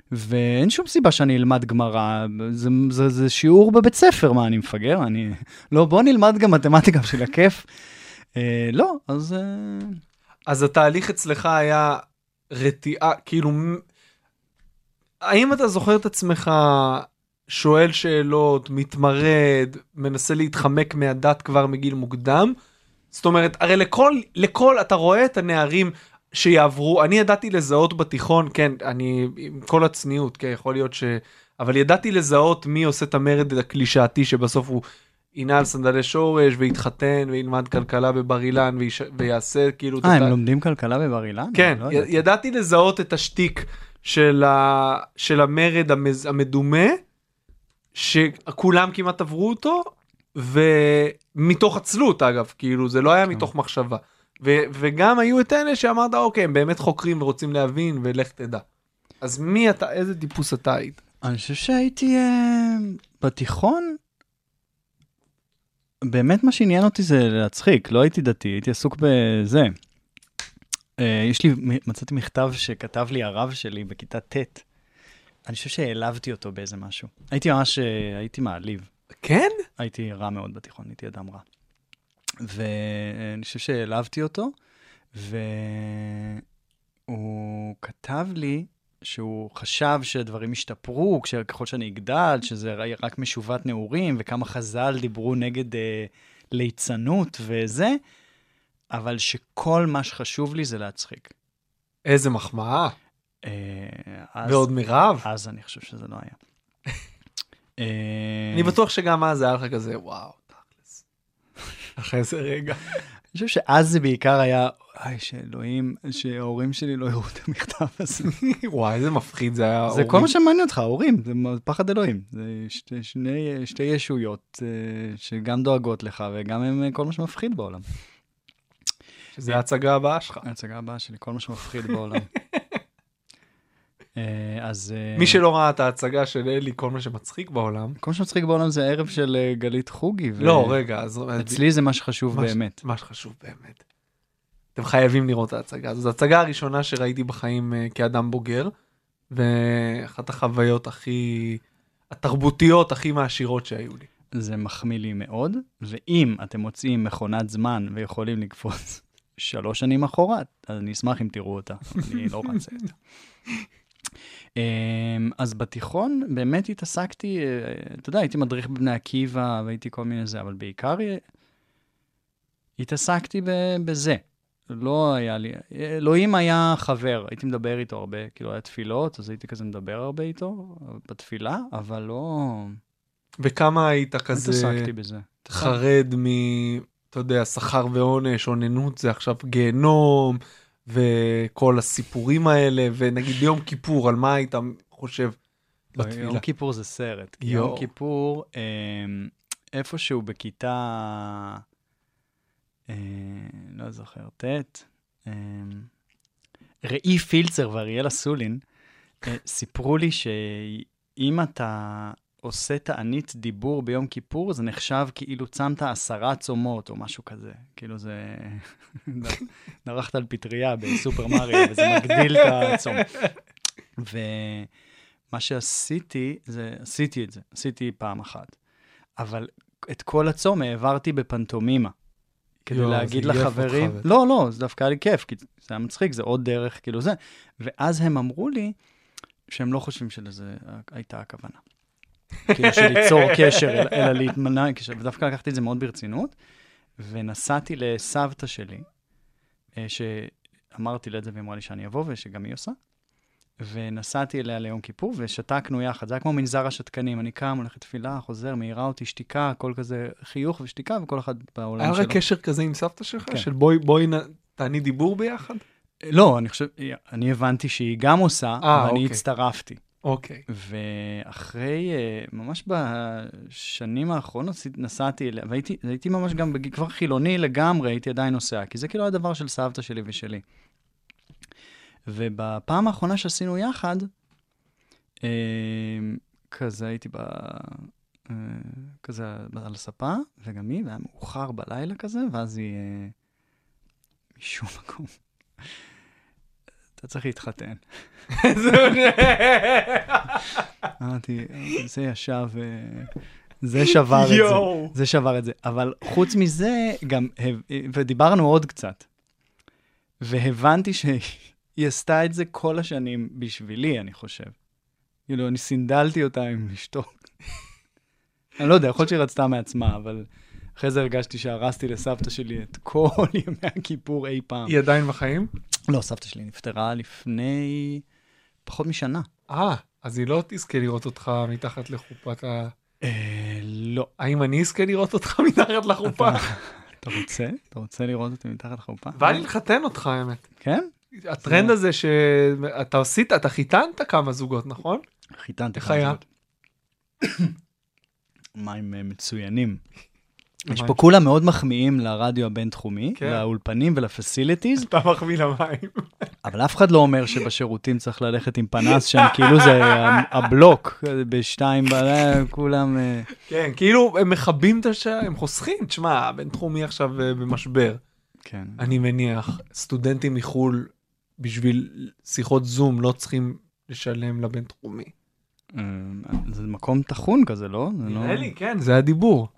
ואין שום סיבה שאני אלמד גמרא, זה, זה, זה שיעור בבית ספר, מה, אני מפגר? אני... לא, בוא נלמד גם מתמטיקה בשביל הכיף. אה, לא, אז... אה... אז התהליך אצלך היה רתיעה, כאילו, האם אתה זוכר את עצמך שואל שאלות, מתמרד, מנסה להתחמק מהדת כבר מגיל מוקדם? זאת אומרת, הרי לכל, לכל, אתה רואה את הנערים שיעברו, אני ידעתי לזהות בתיכון, כן, אני, עם כל הצניעות, כן, יכול להיות ש... אבל ידעתי לזהות מי עושה את המרד הקלישאתי, שבסוף הוא ינעל סנדלי שורש, ויתחתן, וילמד כלכלה בבר אילן, ויש... ויעשה כאילו... אה, הם הת... לומדים כלכלה בבר אילן? כן, לא י... ידעתי לזהות את השטיק של, ה... של המרד המז... המדומה, שכולם כמעט עברו אותו, ומתוך עצלות אגב, כאילו זה לא היה מתוך מחשבה. ו- וגם היו את אלה שאמרת, אוקיי, הם באמת חוקרים ורוצים להבין, ולך תדע. אז מי אתה, איזה טיפוס אתה היית? אני חושב שהייתי אה, בתיכון, באמת מה שעניין אותי זה להצחיק, לא הייתי דתי, הייתי עסוק בזה. אה, יש לי, מצאתי מכתב שכתב לי הרב שלי בכיתה ט', אני חושב שהעלבתי אותו באיזה משהו. הייתי ממש, הייתי מעליב. כן? הייתי רע מאוד בתיכון, הייתי אדם רע. ואני חושב שהעלבתי אותו, והוא כתב לי שהוא חשב שדברים השתפרו, ככל שאני אגדל, שזה רק משובת נעורים, וכמה חז"ל דיברו נגד אה, ליצנות וזה, אבל שכל מה שחשוב לי זה להצחיק. איזה מחמאה. אה, אז, ועוד מירב. אז אני חושב שזה לא היה. אני בטוח שגם אז היה לך כזה, וואו, תכלס. אחרי איזה רגע. אני חושב שאז זה בעיקר היה, איי, שאלוהים, שההורים שלי לא יראו את המכתב הזה. וואי, איזה מפחיד זה היה. זה כל מה שמעניין אותך, ההורים, זה פחד אלוהים. זה שתי, שני, שתי ישויות שגם דואגות לך, וגם הם כל מה שמפחיד בעולם. שזה ההצגה הבאה שלך. ההצגה הבאה שלי, כל מה שמפחיד בעולם. אז... מי שלא ראה את ההצגה של אלי, כל מה שמצחיק בעולם. כל מה שמצחיק בעולם זה הערב של גלית חוגי. לא, רגע. אצלי זה מה שחשוב באמת. מה שחשוב באמת. אתם חייבים לראות את ההצגה. זו ההצגה הראשונה שראיתי בחיים כאדם בוגר, ואחת החוויות הכי... התרבותיות הכי מעשירות שהיו לי. זה מחמיא לי מאוד, ואם אתם מוצאים מכונת זמן ויכולים לקפוץ שלוש שנים אחורה, אז אני אשמח אם תראו אותה. אני לא רוצה אותה. אז בתיכון באמת התעסקתי, אתה יודע, הייתי מדריך בבני עקיבא, והייתי כל מיני זה, אבל בעיקר התעסקתי בזה. לא היה לי, אלוהים היה חבר, הייתי מדבר איתו הרבה, כאילו היה תפילות, אז הייתי כזה מדבר הרבה איתו, בתפילה, אבל לא... וכמה היית כזה... התעסקתי בזה. חרד מ... אתה יודע, שכר ועונש, עוננות זה עכשיו גיהנום, וכל הסיפורים האלה, ונגיד ביום כיפור, על מה היית חושב בתפילה? יום כיפור זה סרט. יום כיפור, איפשהו בכיתה, לא זוכר, תת, ראי פילצר ואריאל אסולין, סיפרו לי שאם אתה עושה תענית דיבור ביום כיפור, זה נחשב כאילו צמת עשרה צומות או משהו כזה. כאילו זה... נרחת על פטריה בסופר מריו, וזה מגדיל את הצום. ומה שעשיתי, זה, עשיתי את זה, עשיתי פעם אחת. אבל את כל הצום העברתי בפנטומימה. כדי להגיד לחברים... לא, לא, זה דווקא היה לי כיף, כי זה היה מצחיק, זה עוד דרך, כאילו זה. ואז הם אמרו לי שהם לא חושבים שלזה הייתה הכוונה. כאילו של ליצור קשר, אלא להתמנע, ודווקא לקחתי את זה מאוד ברצינות, ונסעתי לסבתא שלי, שאמרתי לה את זה ואמרה לי שאני אבוא, ושגם היא עושה, ונסעתי אליה ליום כיפור, ושתקנו יחד, זה היה כמו מנזר השתקנים, אני קם, הולך לתפילה, חוזר, מהירה אותי, שתיקה, הכל כזה חיוך ושתיקה, וכל אחד בעולם שלו. היה רק קשר כזה עם סבתא שלך? של בואי תעני דיבור ביחד? לא, אני חושב, אני הבנתי שהיא גם עושה, ואני הצטרפתי. אוקיי. ואחרי, ממש בשנים האחרונות נסעתי אליה, והייתי ממש גם כבר חילוני לגמרי, הייתי עדיין נוסע, כי זה כאילו הדבר של סבתא שלי ושלי. ובפעם האחרונה שעשינו יחד, כזה הייתי כזה על הספה, וגם היא, והיה מאוחר בלילה כזה, ואז היא משום מקום. אתה צריך להתחתן. זהו, אמרתי, זה ישב, אה, זה שבר את יואו. זה, זה שבר את זה. אבל חוץ מזה, גם, הב- ודיברנו עוד קצת, והבנתי שהיא עשתה את זה כל השנים בשבילי, אני חושב. כאילו, אני סינדלתי אותה עם לשתוק. אני לא יודע, יכול להיות שהיא רצתה מעצמה, אבל אחרי זה הרגשתי שהרסתי לסבתא שלי את כל ימי הכיפור אי פעם. היא עדיין בחיים? לא, סבתא שלי נפטרה לפני פחות משנה. אה, אז היא לא תזכה לראות אותך מתחת לחופת ה... אה, לא. האם אני אזכה לראות אותך מתחת לחופה? אתה רוצה? אתה רוצה לראות אותי מתחת לחופה? בא לי לחתן אותך, האמת. כן? הטרנד הזה שאתה עשית, אתה חיתנת כמה זוגות, נכון? חיתנתי. איך היה? מים אה, מצוינים. יש מים. פה כולם מאוד מחמיאים לרדיו הבינתחומי, כן. לאולפנים ולפסיליטיז, אתה מחמיא למים. אבל אף אחד לא אומר שבשירותים צריך ללכת עם פנס שם, כאילו זה ה- הבלוק, בשתיים בלילה, כולם... אה, כן, כאילו הם מכבים את השעה, הם חוסכים. תשמע, הבינתחומי עכשיו אה, במשבר. כן. אני מניח, סטודנטים מחול בשביל שיחות זום לא צריכים לשלם לבינתחומי. אה, זה מקום תחון כזה, לא? זה לא- נראה לי, כן, זה הדיבור.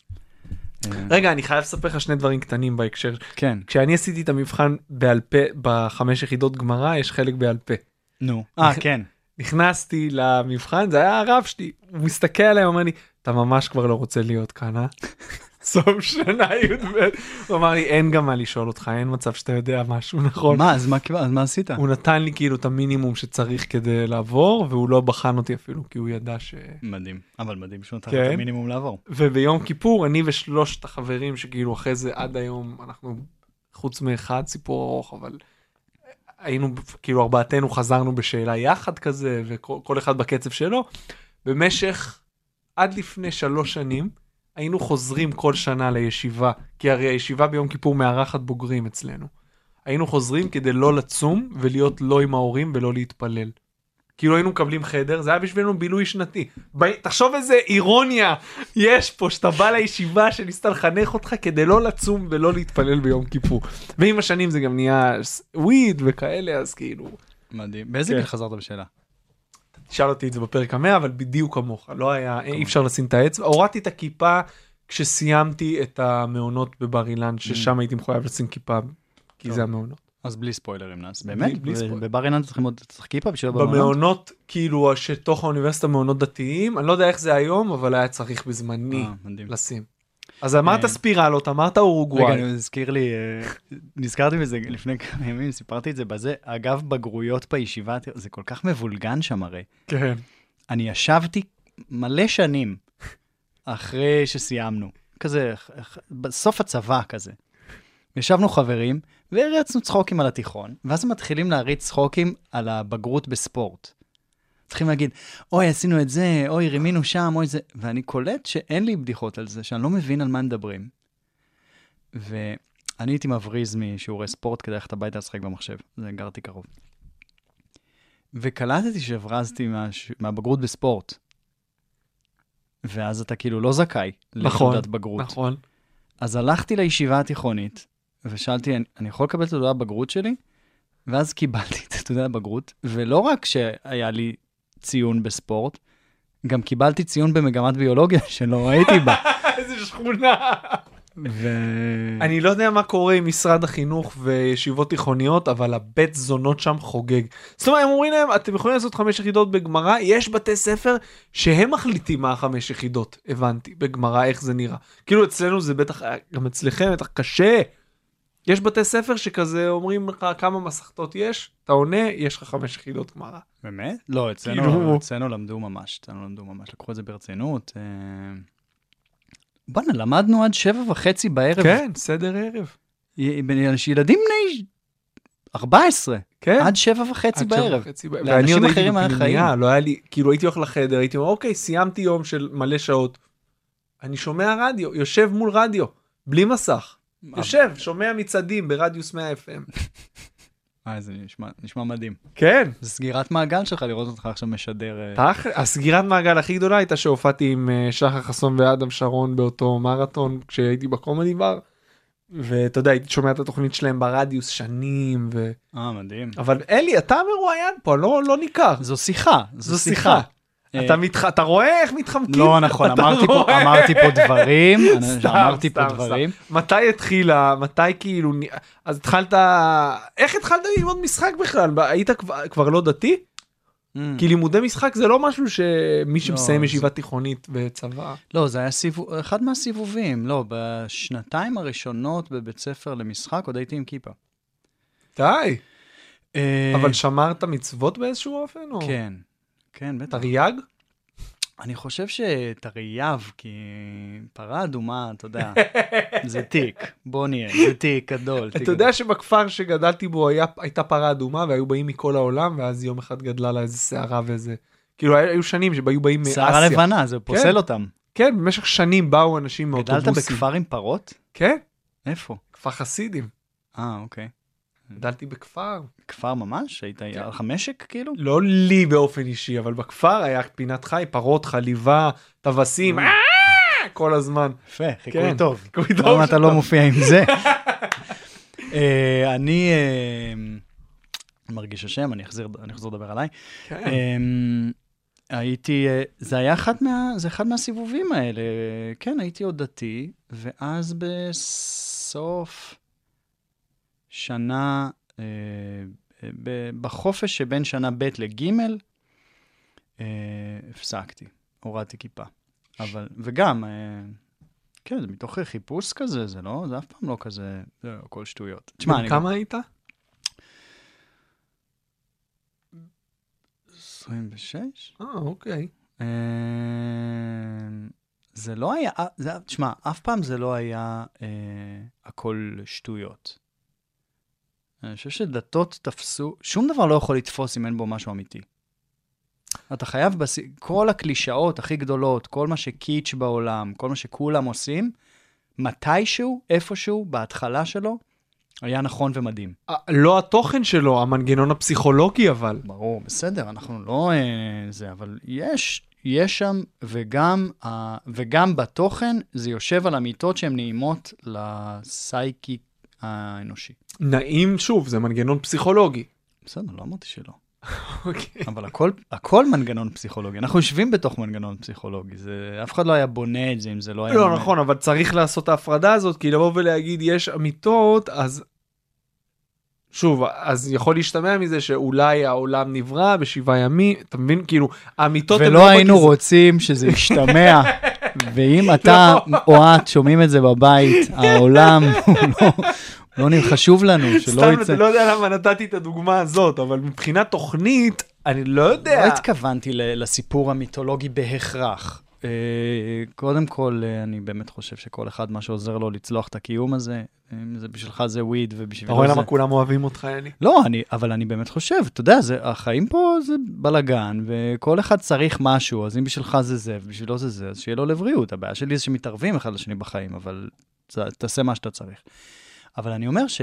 אה, רגע, אני חייב לספר לך שני דברים קטנים בהקשר. כן, כשאני עשיתי את המבחן בעל פה, בחמש יחידות גמרא, יש חלק בעל פה. נו. אה, כן. נכנסתי למבחן, זה היה הרב שלי, הוא מסתכל עליי, הוא אומר לי, אתה ממש כבר לא רוצה להיות כאן, אה? סוף שנה י"ב. הוא אמר לי, אין גם מה לשאול אותך, אין מצב שאתה יודע משהו, נכון? מה, אז מה קיבל- אז מה עשית? הוא נתן לי כאילו את המינימום שצריך כדי לעבור, והוא לא בחן אותי אפילו, כי הוא ידע ש... מדהים, אבל מדהים שהוא נתן כן. את המינימום לעבור. וביום כיפור, אני ושלושת החברים שכאילו אחרי זה עד היום, אנחנו חוץ מאחד, סיפור ארוך, אבל היינו, כאילו ארבעתנו חזרנו בשאלה יחד כזה, וכל כל אחד בקצב שלו. במשך, עד לפני שלוש שנים, היינו חוזרים כל שנה לישיבה, כי הרי הישיבה ביום כיפור מארחת בוגרים אצלנו. היינו חוזרים כדי לא לצום ולהיות לא עם ההורים ולא להתפלל. כאילו היינו מקבלים חדר, זה היה בשבילנו בילוי שנתי. ב... תחשוב איזה אירוניה יש פה, שאתה בא לישיבה שניסתה לחנך אותך כדי לא לצום ולא להתפלל ביום כיפור. ועם השנים זה גם נהיה וויד וכאלה, אז כאילו... מדהים. באיזה כן. גיל חזרת בשאלה? תשאל אותי את זה בפרק המאה, אבל בדיוק כמוך. לא היה, אי אפשר לשים את האצבע. הורדתי את הכיפה כשסיימתי את המעונות בבר אילן, ששם הייתי מחויב לשים כיפה, כי טוב. זה המעונות. אז בלי ספוילרים, נס. באמת? בלי ב- ספוילר. בבר אילן צריכים עוד צריך כיפה בשביל במעונות? במעונות, כאילו, שתוך האוניברסיטה מעונות דתיים, אני לא יודע איך זה היום, אבל היה צריך בזמני אה, מדהים. לשים. אז אמרת אה. ספירלות, אמרת רגע, אורוגוואי. אני מזכיר לי, אה, נזכרתי בזה לפני כמה ימים, סיפרתי את זה בזה. אגב, בגרויות בישיבה, זה כל כך מבולגן שם הרי. כן. אני ישבתי מלא שנים אחרי שסיימנו, כזה, אח- בסוף הצבא כזה. ישבנו חברים, והרצנו צחוקים על התיכון, ואז הם מתחילים להריץ צחוקים על הבגרות בספורט. צריכים להגיד, אוי, עשינו את זה, אוי, רימינו שם, אוי, זה... ואני קולט שאין לי בדיחות על זה, שאני לא מבין על מה מדברים. ואני הייתי מבריז משיעורי ספורט כדי ללכת הביתה לשחק במחשב. זה גרתי קרוב. וקלטתי שהברזתי מה... מהבגרות בספורט. ואז אתה כאילו לא זכאי נכון, לתעודת בגרות. נכון. אז הלכתי לישיבה התיכונית, ושאלתי, אני, אני יכול לקבל את תעודת הבגרות שלי? ואז קיבלתי את תעודת הבגרות, ולא רק שהיה לי ציון בספורט, גם קיבלתי ציון במגמת ביולוגיה שלא ראיתי בה. איזה שכונה. ו... אני לא יודע מה קורה עם משרד החינוך וישיבות תיכוניות, אבל הבית זונות שם חוגג. זאת אומרת, הם אומרים להם, אתם יכולים לעשות חמש יחידות בגמרא, יש בתי ספר שהם מחליטים מה החמש יחידות, הבנתי, בגמרא, איך זה נראה. כאילו אצלנו זה בטח, גם אצלכם בטח קשה. יש בתי ספר שכזה אומרים לך כמה מסכתות יש, אתה עונה, יש לך חמש יחידות גמרא. באמת? לא, אצלנו, כאילו- אצלנו למדו ממש, אצלנו למדו ממש, לקחו את זה ברצינות. אה, בוא'נה, למדנו עד שבע וחצי בערב. כן, סדר ערב. י- ילדים בני ארבע עשרה, כן. עד שבע וחצי עד שבע בערב. וחצי בערב. לאנשים ואני עוד הייתי אחרים היה בפנימייה, חיים. לא היה לי, כאילו הייתי הולך לחדר, הייתי אומר, אוקיי, סיימתי יום של מלא שעות. אני שומע רדיו, יושב מול רדיו, בלי מסך. יושב, שומע מצעדים ברדיוס מאה אף אם. אה, זה נשמע, נשמע מדהים. כן. זה סגירת מעגל שלך לראות אותך עכשיו משדר... אה, תח... הסגירת מעגל הכי גדולה הייתה שהופעתי עם אה, שחר חסון ואדם שרון באותו מרתון, כשהייתי בקומדי בר. ואתה יודע, הייתי שומע את התוכנית שלהם ברדיוס שנים, ו... אה, מדהים. אבל אלי, אתה מרואיין פה, לא, לא ניכר. זו שיחה, זו שיחה. אתה, מתח... אתה רואה איך מתחמקים? לא נכון, אמרתי פה, אמרתי פה דברים, אמרתי פה דברים. מתי התחילה, מתי כאילו, אז התחלת, איך התחלת ללמוד משחק בכלל? היית כבר, כבר לא דתי? כי לימודי משחק זה לא משהו שמי שמסיים ישיבה תיכונית בצבא. לא, זה היה סיבוב, אחד מהסיבובים, לא, בשנתיים הראשונות בבית ספר למשחק עוד הייתי עם כיפה. די. אבל שמרת מצוות באיזשהו אופן? כן. כן, בטח. תרי"ג? אני חושב שתרי"ב, כי פרה אדומה, אתה יודע, זה תיק, בוא נהיה, זה תיק גדול. אתה יודע שבכפר שגדלתי בו הייתה פרה אדומה, והיו באים מכל העולם, ואז יום אחד גדלה לה איזה שערה ואיזה... כאילו, היו שנים שהיו באים מאסיה. שערה לבנה, זה פוסל אותם. כן, במשך שנים באו אנשים מאוטובוסים. גדלת בכפר עם פרות? כן. איפה? כפר חסידים. אה, אוקיי. גדלתי בכפר. כפר ממש? היית על חמשק כאילו? לא לי באופן אישי, אבל בכפר היה פינת חי, פרות, חליבה, טווסים, כל הזמן. יפה, חיקוי טוב. למה אתה לא מופיע עם זה? אני מרגיש השם, אני אחזור לדבר עליי. הייתי, זה היה אחד מהסיבובים האלה. כן, הייתי עוד דתי, ואז בסוף... שנה, אה, בחופש שבין שנה ב' לג' אה, הפסקתי, הורדתי כיפה. אבל, וגם, אה, כן, זה מתוך חיפוש כזה, זה לא, זה אף פעם לא כזה, זה הכל שטויות. תשמע, אני... כמה היית? עשרים ושש? אה, אוקיי. אה, זה לא היה, זה, תשמע, אף פעם זה לא היה אה, הכל שטויות. אני חושב שדתות תפסו, שום דבר לא יכול לתפוס אם אין בו משהו אמיתי. אתה חייב, בס... כל הקלישאות הכי גדולות, כל מה שקיץ' בעולם, כל מה שכולם עושים, מתישהו, איפשהו, בהתחלה שלו, היה נכון ומדהים. לא התוכן שלו, המנגנון הפסיכולוגי אבל. ברור, בסדר, אנחנו לא אה, זה, אבל יש, יש שם, וגם, אה, וגם בתוכן, זה יושב על אמיתות שהן נעימות לסייקי האנושי. נעים, שוב, זה מנגנון פסיכולוגי. בסדר, לא אמרתי שלא. אוקיי. אבל הכל, הכל מנגנון פסיכולוגי. אנחנו יושבים בתוך מנגנון פסיכולוגי. זה, אף אחד לא היה בונה את זה, אם זה לא היה... לא, נכון, אבל צריך לעשות את ההפרדה הזאת, כי לבוא ולהגיד, יש אמיתות, אז... שוב, אז יכול להשתמע מזה שאולי העולם נברא בשבעה ימים, אתה מבין? כאילו, האמיתות... ולא היינו רוצים שזה ישתמע, ואם אתה או את שומעים את זה בבית, העולם לא חשוב לנו, שלא יצא... סתם, אתה לא יודע למה נתתי את הדוגמה הזאת, אבל מבחינת תוכנית, אני לא יודע... לא התכוונתי לסיפור המיתולוגי בהכרח. קודם כל, אני באמת חושב שכל אחד מה שעוזר לו לצלוח את הקיום הזה, זה בשבילך זה וויד, ובשבילו זה... אתה רואה למה כולם אוהבים אותך, אלי? לא, אני, אבל אני באמת חושב, אתה יודע, זה, החיים פה זה בלגן, וכל אחד צריך משהו, אז אם בשבילך זה זה, ובשבילו זה זה, אז שיהיה לו לבריאות. הבעיה שלי זה שמתערבים אחד לשני בחיים, אבל תעשה מה שאתה צריך. אבל אני אומר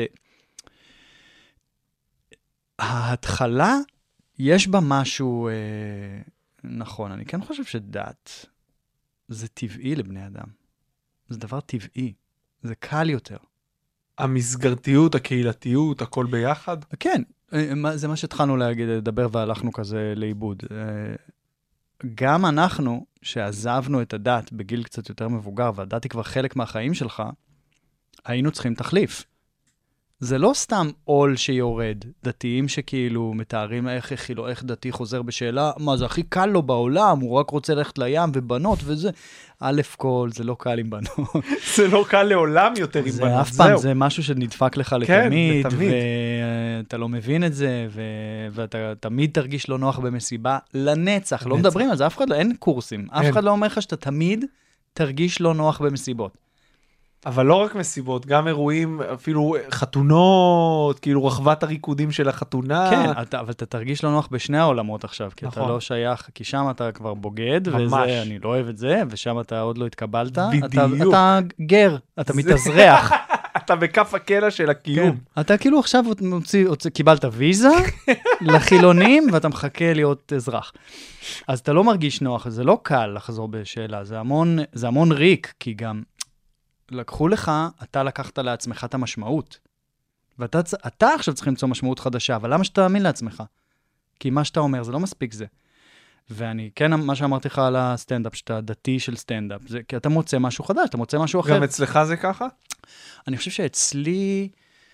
שההתחלה, יש בה משהו אה, נכון. אני כן חושב שדת, זה טבעי לבני אדם. זה דבר טבעי. זה קל יותר. המסגרתיות, הקהילתיות, הכל ביחד? כן, זה מה שהתחלנו להגיד, לדבר והלכנו כזה לאיבוד. גם אנחנו, שעזבנו את הדת בגיל קצת יותר מבוגר, והדת היא כבר חלק מהחיים שלך, היינו צריכים תחליף. זה לא סתם עול שיורד, דתיים שכאילו מתארים איך, איך, איך דתי חוזר בשאלה, מה זה הכי קל לו בעולם, הוא רק רוצה ללכת לים ובנות וזה. א' כל, זה לא קל עם בנות. זה לא קל לעולם יותר עם בנות, זהו. אף פעם, זה משהו שנדפק לך לתמיד, ואתה לא מבין את זה, ואתה תמיד תרגיש לא נוח במסיבה, לנצח, לא מדברים על זה, אף אחד לא, אין קורסים, אף אחד לא אומר לך שאתה תמיד תרגיש לא נוח במסיבות. אבל לא רק מסיבות, גם אירועים, אפילו חתונות, כאילו רחבת הריקודים של החתונה. כן, אתה, אבל אתה תרגיש לא נוח בשני העולמות עכשיו, כי נכון. אתה לא שייך, כי שם אתה כבר בוגד, ממש. וזה, אני לא אוהב את זה, ושם אתה עוד לא התקבלת. בדיוק. אתה, אתה גר, אתה זה... מתאזרח. אתה בכף הקלע של הקיום. כן. אתה כאילו עכשיו מוציא, קיבלת ויזה לחילונים, ואתה מחכה להיות אזרח. אז אתה לא מרגיש נוח, זה לא קל לחזור בשאלה, זה המון, זה המון ריק, כי גם... לקחו לך, אתה לקחת לעצמך את המשמעות. ואתה אתה עכשיו צריך למצוא משמעות חדשה, אבל למה שתאמין לעצמך? כי מה שאתה אומר, זה לא מספיק זה. ואני, כן, מה שאמרתי לך על הסטנדאפ, שאתה דתי של סטנדאפ, זה כי אתה מוצא משהו חדש, אתה מוצא משהו אחר. גם אצלך זה ככה? אני חושב שאצלי,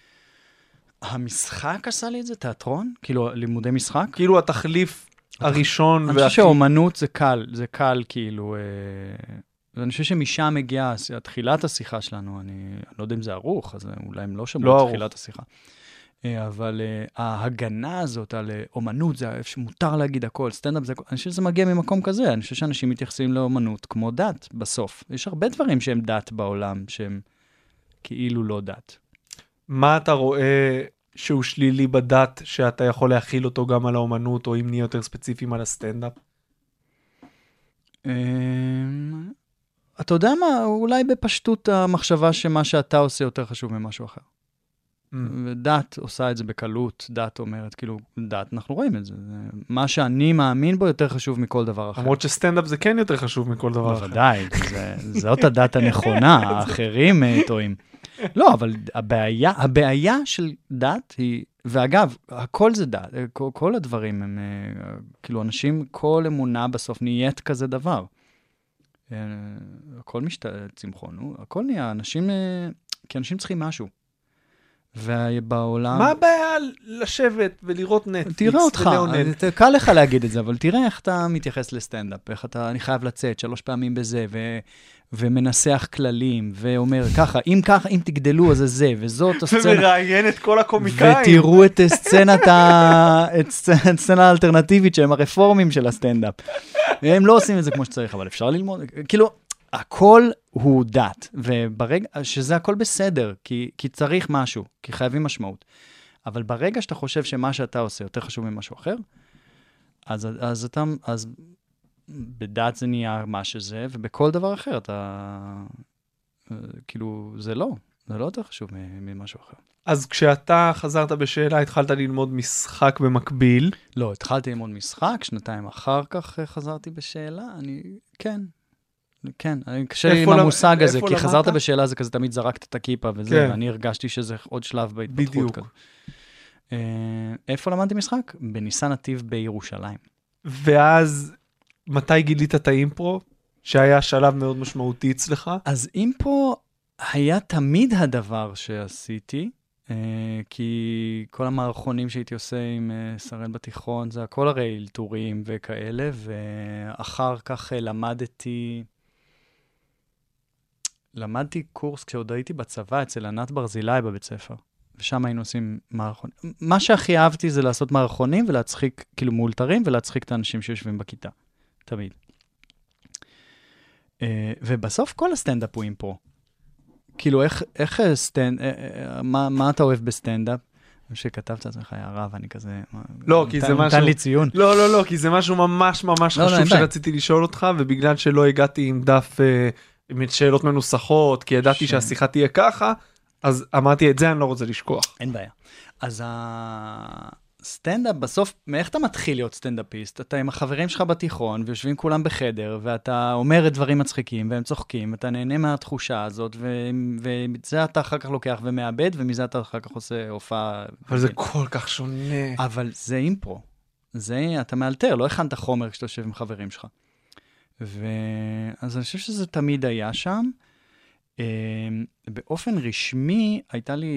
המשחק עשה לי את זה, תיאטרון, כאילו לימודי משחק. כאילו התחליף הראשון. אני חושב שהאומנות זה קל, זה קל כאילו, ואני חושב שמשם הגיעה, תחילת השיחה שלנו, אני לא יודע אם זה ערוך, אז אולי הם לא שמעו את תחילת השיחה. אבל ההגנה הזאת על אומנות, זה מותר להגיד הכל, סטנדאפ זה הכל, אני חושב שזה מגיע ממקום כזה, אני חושב שאנשים מתייחסים לאומנות כמו דת בסוף. יש הרבה דברים שהם דת בעולם, שהם כאילו לא דת. מה אתה רואה שהוא שלילי בדת, שאתה יכול להכיל אותו גם על האומנות, או אם נהיה יותר ספציפיים על הסטנדאפ? אתה יודע מה, אולי בפשטות המחשבה שמה שאתה עושה יותר חשוב ממשהו אחר. ודת עושה את זה בקלות, דת אומרת, כאילו, דת, אנחנו רואים את זה. מה שאני מאמין בו יותר חשוב מכל דבר אחר. למרות שסטנדאפ זה כן יותר חשוב מכל דבר אחר. בוודאי, זאת הדת הנכונה, האחרים טועים. לא, אבל הבעיה, הבעיה של דת היא, ואגב, הכל זה דת, כל, כל הדברים הם, כאילו, אנשים, כל אמונה בסוף נהיית כזה דבר. הכל משת... צמחון, הכל נהיה, אנשים, כי אנשים צריכים משהו. ובעולם... מה הבעיה לשבת ולראות נטפליקס? תראה אותך, קל לך להגיד את זה, אבל תראה איך אתה מתייחס לסטנדאפ, איך אתה, אני חייב לצאת שלוש פעמים בזה, ו... ומנסח כללים, ואומר ככה, אם ככה, אם תגדלו, אז זה זה, וזאת הסצנה... ומראיין את כל הקומיקאים. ותראו את סצנת ה... את הסצנה האלטרנטיבית שהם הרפורמים של הסטנדאפ. הם לא עושים את זה כמו שצריך, אבל אפשר ללמוד, כאילו... הכל הוא דת, וברגע שזה הכל בסדר, כי, כי צריך משהו, כי חייבים משמעות. אבל ברגע שאתה חושב שמה שאתה עושה יותר חשוב ממשהו אחר, אז, אז אתה, אז בדת זה נהיה מה שזה, ובכל דבר אחר אתה, כאילו, זה לא, זה לא יותר חשוב ממשהו אחר. אז כשאתה חזרת בשאלה, התחלת ללמוד משחק במקביל? לא, התחלתי ללמוד משחק, שנתיים אחר כך חזרתי בשאלה, אני, כן. כן, קשה לי עם המושג הזה, כי חזרת בשאלה זה כזה, תמיד זרקת את הכיפה וזה, ואני הרגשתי שזה עוד שלב בהתפתחות כזה. איפה למדתי משחק? בניסן נתיב בירושלים. ואז, מתי גילית את האימפרו? שהיה שלב מאוד משמעותי אצלך? אז אימפרו היה תמיד הדבר שעשיתי, כי כל המערכונים שהייתי עושה עם שראל בתיכון, זה הכל הרי אלתורים וכאלה, ואחר כך למדתי... למדתי קורס כשעוד הייתי בצבא אצל ענת ברזילי בבית ספר, ושם היינו עושים מערכונים. מה שהכי אהבתי זה לעשות מערכונים ולהצחיק, כאילו מאולתרים, ולהצחיק את האנשים שיושבים בכיתה, תמיד. ובסוף כל הסטנדאפ הוא אימפרו. כאילו, איך, איך סטנד, מה, מה אתה אוהב בסטנדאפ? שכתבת את עצמך הערה, ואני כזה... לא, כי זה משהו... נתן לי ציון. לא, לא, לא, כי זה משהו ממש ממש חשוב שרציתי לשאול אותך, ובגלל שלא הגעתי עם דף... עם שאלות מנוסחות, כי ידעתי שהשיחה תהיה ככה, אז אמרתי, את זה אני לא רוצה לשכוח. אין בעיה. אז הסטנדאפ, בסוף, מאיך אתה מתחיל להיות סטנדאפיסט? אתה עם החברים שלך בתיכון, ויושבים כולם בחדר, ואתה אומר את דברים מצחיקים, והם צוחקים, ואתה נהנה מהתחושה הזאת, וזה אתה אחר כך לוקח ומאבד, ומזה אתה אחר כך עושה הופעה. אבל זה כל כך שונה. אבל זה אימפרו. זה, אתה מאלתר, לא הכנת חומר כשאתה יושב עם חברים שלך. ואז אני חושב שזה תמיד היה שם. באופן רשמי, הייתה לי,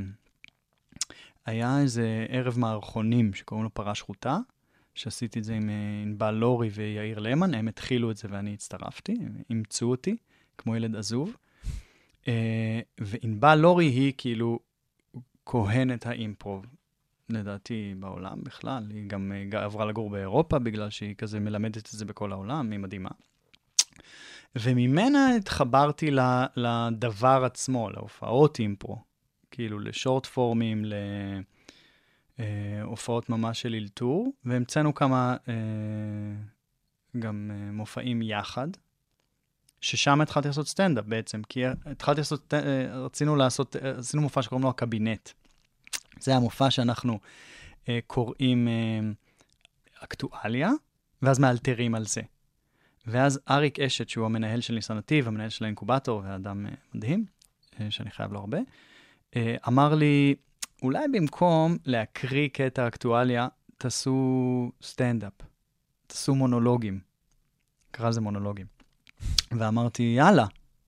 היה איזה ערב מערכונים שקוראים לו פרה שחוטה, שעשיתי את זה עם ענבל לורי ויאיר למן, הם התחילו את זה ואני הצטרפתי, הם אימצו אותי, כמו ילד עזוב. וענבל לורי היא כאילו כהנת האימפרוב. לדעתי בעולם בכלל, היא גם עברה לגור באירופה, בגלל שהיא כזה מלמדת את זה בכל העולם, היא מדהימה. וממנה התחברתי לדבר עצמו, להופעות אימפרו, כאילו לשורט פורמים, להופעות ממש של אילתור, והמצאנו כמה גם מופעים יחד, ששם התחלתי לעשות סטנדאפ בעצם, כי התחלתי לעשות, רצינו לעשות, עשינו מופע שקוראים לו הקבינט, זה המופע שאנחנו אה, קוראים אה, אקטואליה, ואז מאלתרים על זה. ואז אריק אשת, שהוא המנהל של ניסן נתיב, המנהל של האינקובטור, ואדם אה, מדהים, אה, שאני חייב לו הרבה, אה, אמר לי, אולי במקום להקריא קטע אקטואליה, תעשו סטנדאפ, תעשו מונולוגים. קרא לזה מונולוגים. ואמרתי, יאללה.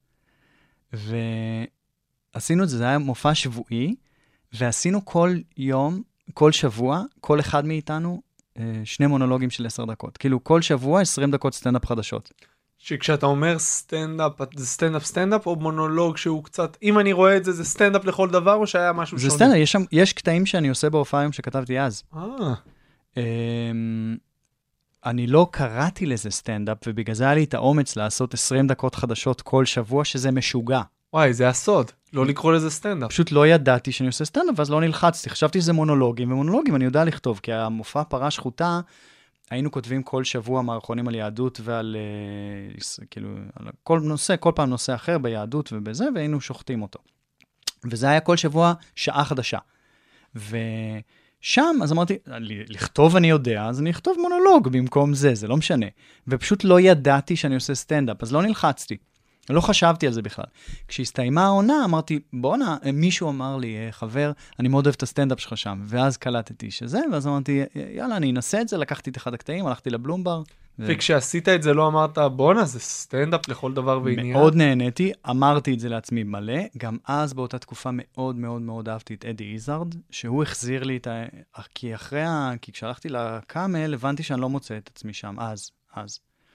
ועשינו את זה, זה היה מופע שבועי, ועשינו כל יום, כל שבוע, כל אחד מאיתנו, שני מונולוגים של עשר דקות. כאילו, כל שבוע עשרים דקות סטנדאפ חדשות. שכשאתה אומר סטנדאפ, זה סטנדאפ סטנדאפ, או מונולוג שהוא קצת, אם אני רואה את זה, זה סטנדאפ לכל דבר, או שהיה משהו זה שונה? זה סטנדאפ, יש, שם, יש קטעים שאני עושה בהופעה היום שכתבתי אז. אה. אני לא קראתי לזה סטנדאפ, ובגלל זה היה לי את האומץ לעשות עשרים דקות חדשות כל שבוע, שזה משוגע. וואי, זה הסוד, לא לקרוא לזה סטנדאפ. פשוט לא ידעתי שאני עושה סטנדאפ, ואז לא נלחצתי. חשבתי שזה מונולוגים, ומונולוגים אני יודע לכתוב, כי המופע פרה שחוטה, היינו כותבים כל שבוע מערכונים על יהדות ועל, כאילו, על כל נושא, כל פעם נושא אחר ביהדות ובזה, והיינו שוחטים אותו. וזה היה כל שבוע שעה חדשה. ושם, אז אמרתי, לכתוב אני יודע, אז אני אכתוב מונולוג במקום זה, זה לא משנה. ופשוט לא ידעתי שאני עושה סטנדאפ, אז לא נלחצתי. לא חשבתי על זה בכלל. כשהסתיימה העונה, אמרתי, בוא'נה, מישהו אמר לי, חבר, אני מאוד אוהב את הסטנדאפ שלך שם, ואז קלטתי שזה, ואז אמרתי, יאללה, אני אנסה את זה, לקחתי את אחד הקטעים, הלכתי לבלומבר. וכשעשית את זה לא אמרת, בוא'נה, זה סטנדאפ לכל דבר ועניין. מאוד נהניתי, אמרתי את זה לעצמי מלא, גם אז באותה תקופה מאוד מאוד מאוד אהבתי את אדי איזארד, שהוא החזיר לי את ה... כי אחרי ה... כי כשהלכתי לקאמל, הבנתי שאני לא מוצא את עצמי שם, אז, אז.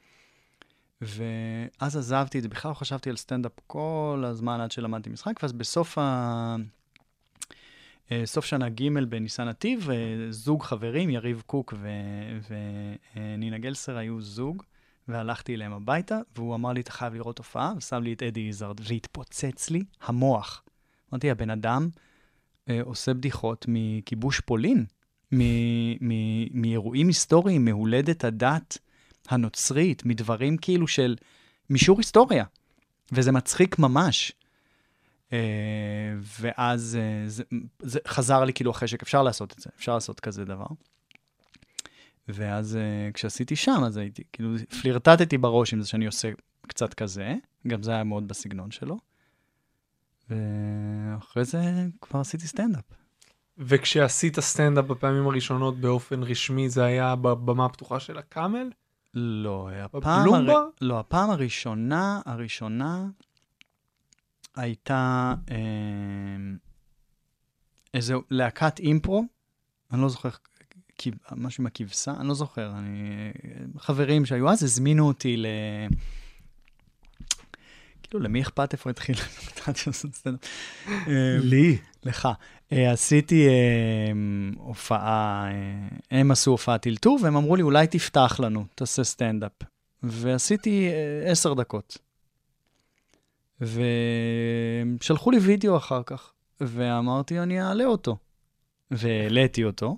ואז עזבתי את זה, בכלל חשבתי על סטנדאפ כל הזמן עד שלמדתי משחק, ואז בסוף ה... סוף שנה ג' בניסן נתיב, זוג חברים, יריב קוק ו... ונינה גלסר היו זוג, והלכתי אליהם הביתה, והוא אמר לי, אתה חייב לראות הופעה, ושם לי את אדי איזארד, והתפוצץ לי המוח. אמרתי, הבן אדם עושה בדיחות מכיבוש פולין, מ- מאירועים היסטוריים, מהולדת הדת, הנוצרית, מדברים כאילו של מישור היסטוריה, וזה מצחיק ממש. ואז זה, זה חזר לי כאילו החשק, אפשר לעשות את זה, אפשר לעשות כזה דבר. ואז כשעשיתי שם, אז הייתי, כאילו פלירטטתי בראש עם זה שאני עושה קצת כזה, גם זה היה מאוד בסגנון שלו. ואחרי זה כבר עשיתי סטנדאפ. וכשעשית סטנדאפ בפעמים הראשונות באופן רשמי, זה היה בבמה הפתוחה של הקאמל? לא, הפעם, הר... לא, הפעם הראשונה, הראשונה הייתה אה, איזו להקת אימפרו, אני לא זוכר, משהו עם הכבשה, אני לא זוכר, אני, חברים שהיו אז הזמינו אותי ל... כאילו, למי אכפת איפה התחיל? לי. לך. עשיתי הופעה, הם עשו הופעה טלטור, והם אמרו לי, אולי תפתח לנו, תעשה סטנדאפ. ועשיתי עשר דקות. ושלחו לי וידאו אחר כך, ואמרתי, אני אעלה אותו. והעליתי אותו.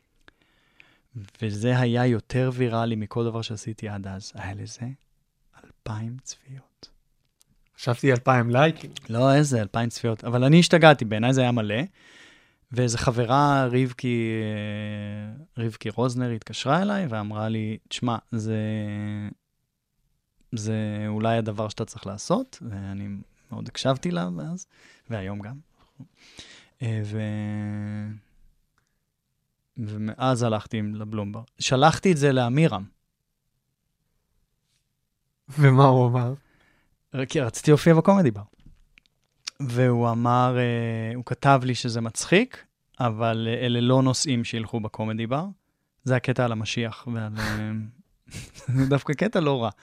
וזה היה יותר ויראלי מכל דבר שעשיתי עד אז. היה לזה אלפיים צפיות. חשבתי אלפיים לייקים. לא, איזה אלפיים צפיות. אבל אני השתגעתי, בעיניי זה היה מלא. ואיזו חברה, רבקי, רבקי רוזנר, התקשרה אליי ואמרה לי, תשמע, זה, זה אולי הדבר שאתה צריך לעשות, ואני מאוד הקשבתי לה אז, והיום גם. ו... ומאז הלכתי לבלומבר. שלחתי את זה לאמירם. ומה הוא אמר? כי רציתי להופיע בקומדי בר. והוא אמר, הוא כתב לי שזה מצחיק, אבל אלה לא נושאים שילכו בקומדי בר. זה הקטע על המשיח, ועל... דווקא קטע לא רע.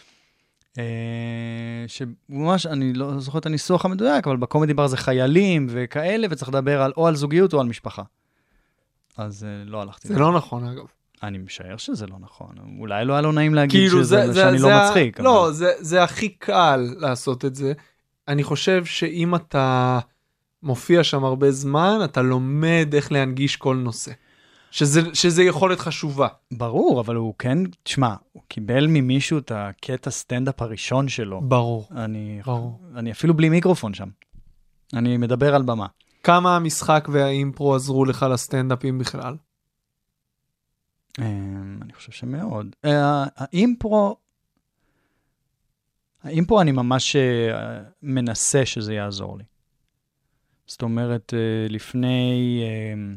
שממש, אני לא זוכר את הניסוח המדויק, אבל בקומדי בר זה חיילים וכאלה, וצריך לדבר על, או על זוגיות או על משפחה. אז לא הלכתי. זה לא נכון, אגב. אני משער שזה לא נכון. אולי לא היה לו נעים להגיד שזה, שאני לא מצחיק. לא, זה הכי קל לעשות את זה. אני חושב שאם אתה מופיע שם הרבה זמן, אתה לומד איך להנגיש כל נושא. שזה, שזה יכולת חשובה. ברור, אבל הוא כן, תשמע, הוא קיבל ממישהו את הקטע סטנדאפ הראשון שלו. ברור. אני, ברור. אני אפילו בלי מיקרופון שם. אני מדבר על במה. כמה המשחק והאימפרו עזרו לך לסטנדאפים בכלל? אני חושב שמאוד. האימפרו, האימפרו אני ממש אה, מנסה שזה יעזור לי. זאת אומרת, אה, לפני, אה,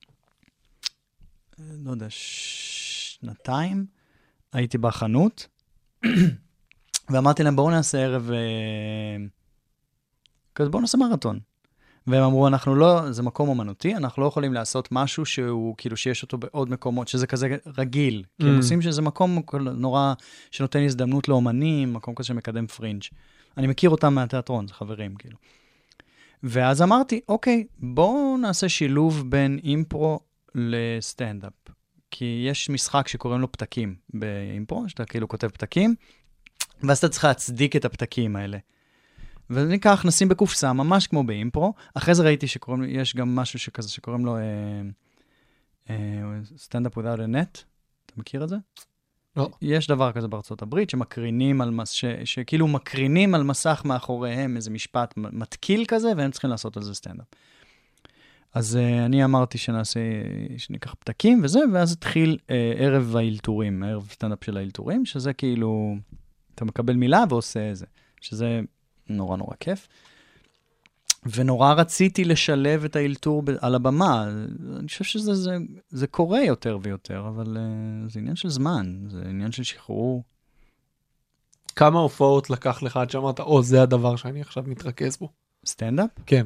לא יודע, שנתיים, הייתי בחנות, ואמרתי להם, בואו נעשה ערב, אה, כזה בואו נעשה מרתון. והם אמרו, אנחנו לא, זה מקום אומנותי, אנחנו לא יכולים לעשות משהו שהוא, כאילו שיש אותו בעוד מקומות, שזה כזה רגיל. כי הם עושים שזה מקום נורא, שנותן הזדמנות לאומנים, מקום כזה שמקדם פרינג'. אני מכיר אותם מהתיאטרון, זה חברים, כאילו. ואז אמרתי, אוקיי, בואו נעשה שילוב בין אימפרו לסטנדאפ. כי יש משחק שקוראים לו פתקים באימפרו, שאתה כאילו כותב פתקים, ואז אתה צריך להצדיק את הפתקים האלה. וניקח, נשים בקופסה, ממש כמו באימפרו. אחרי זה ראיתי שקוראים, יש גם משהו שכזה, שקוראים לו uh, uh, Stand Up Without a Net. אתה מכיר את זה? לא. יש דבר כזה בארצות הברית, שמקרינים על מס, ש, שכאילו מקרינים על מסך מאחוריהם איזה משפט מתקיל כזה, והם צריכים לעשות על זה סטנדאפ. אז uh, אני אמרתי שנעשה, שניקח פתקים וזה, ואז התחיל uh, ערב האילתורים, ערב סטנדאפ של האילתורים, שזה כאילו, אתה מקבל מילה ועושה זה, שזה נורא נורא כיף. ונורא רציתי לשלב את האילתור ב- על הבמה. אני חושב שזה זה, זה קורה יותר ויותר, אבל uh, זה עניין של זמן, זה עניין של שחרור. כמה הופעות לקח לך עד שאמרת, או, זה הדבר שאני עכשיו מתרכז בו? סטנדאפ? כן.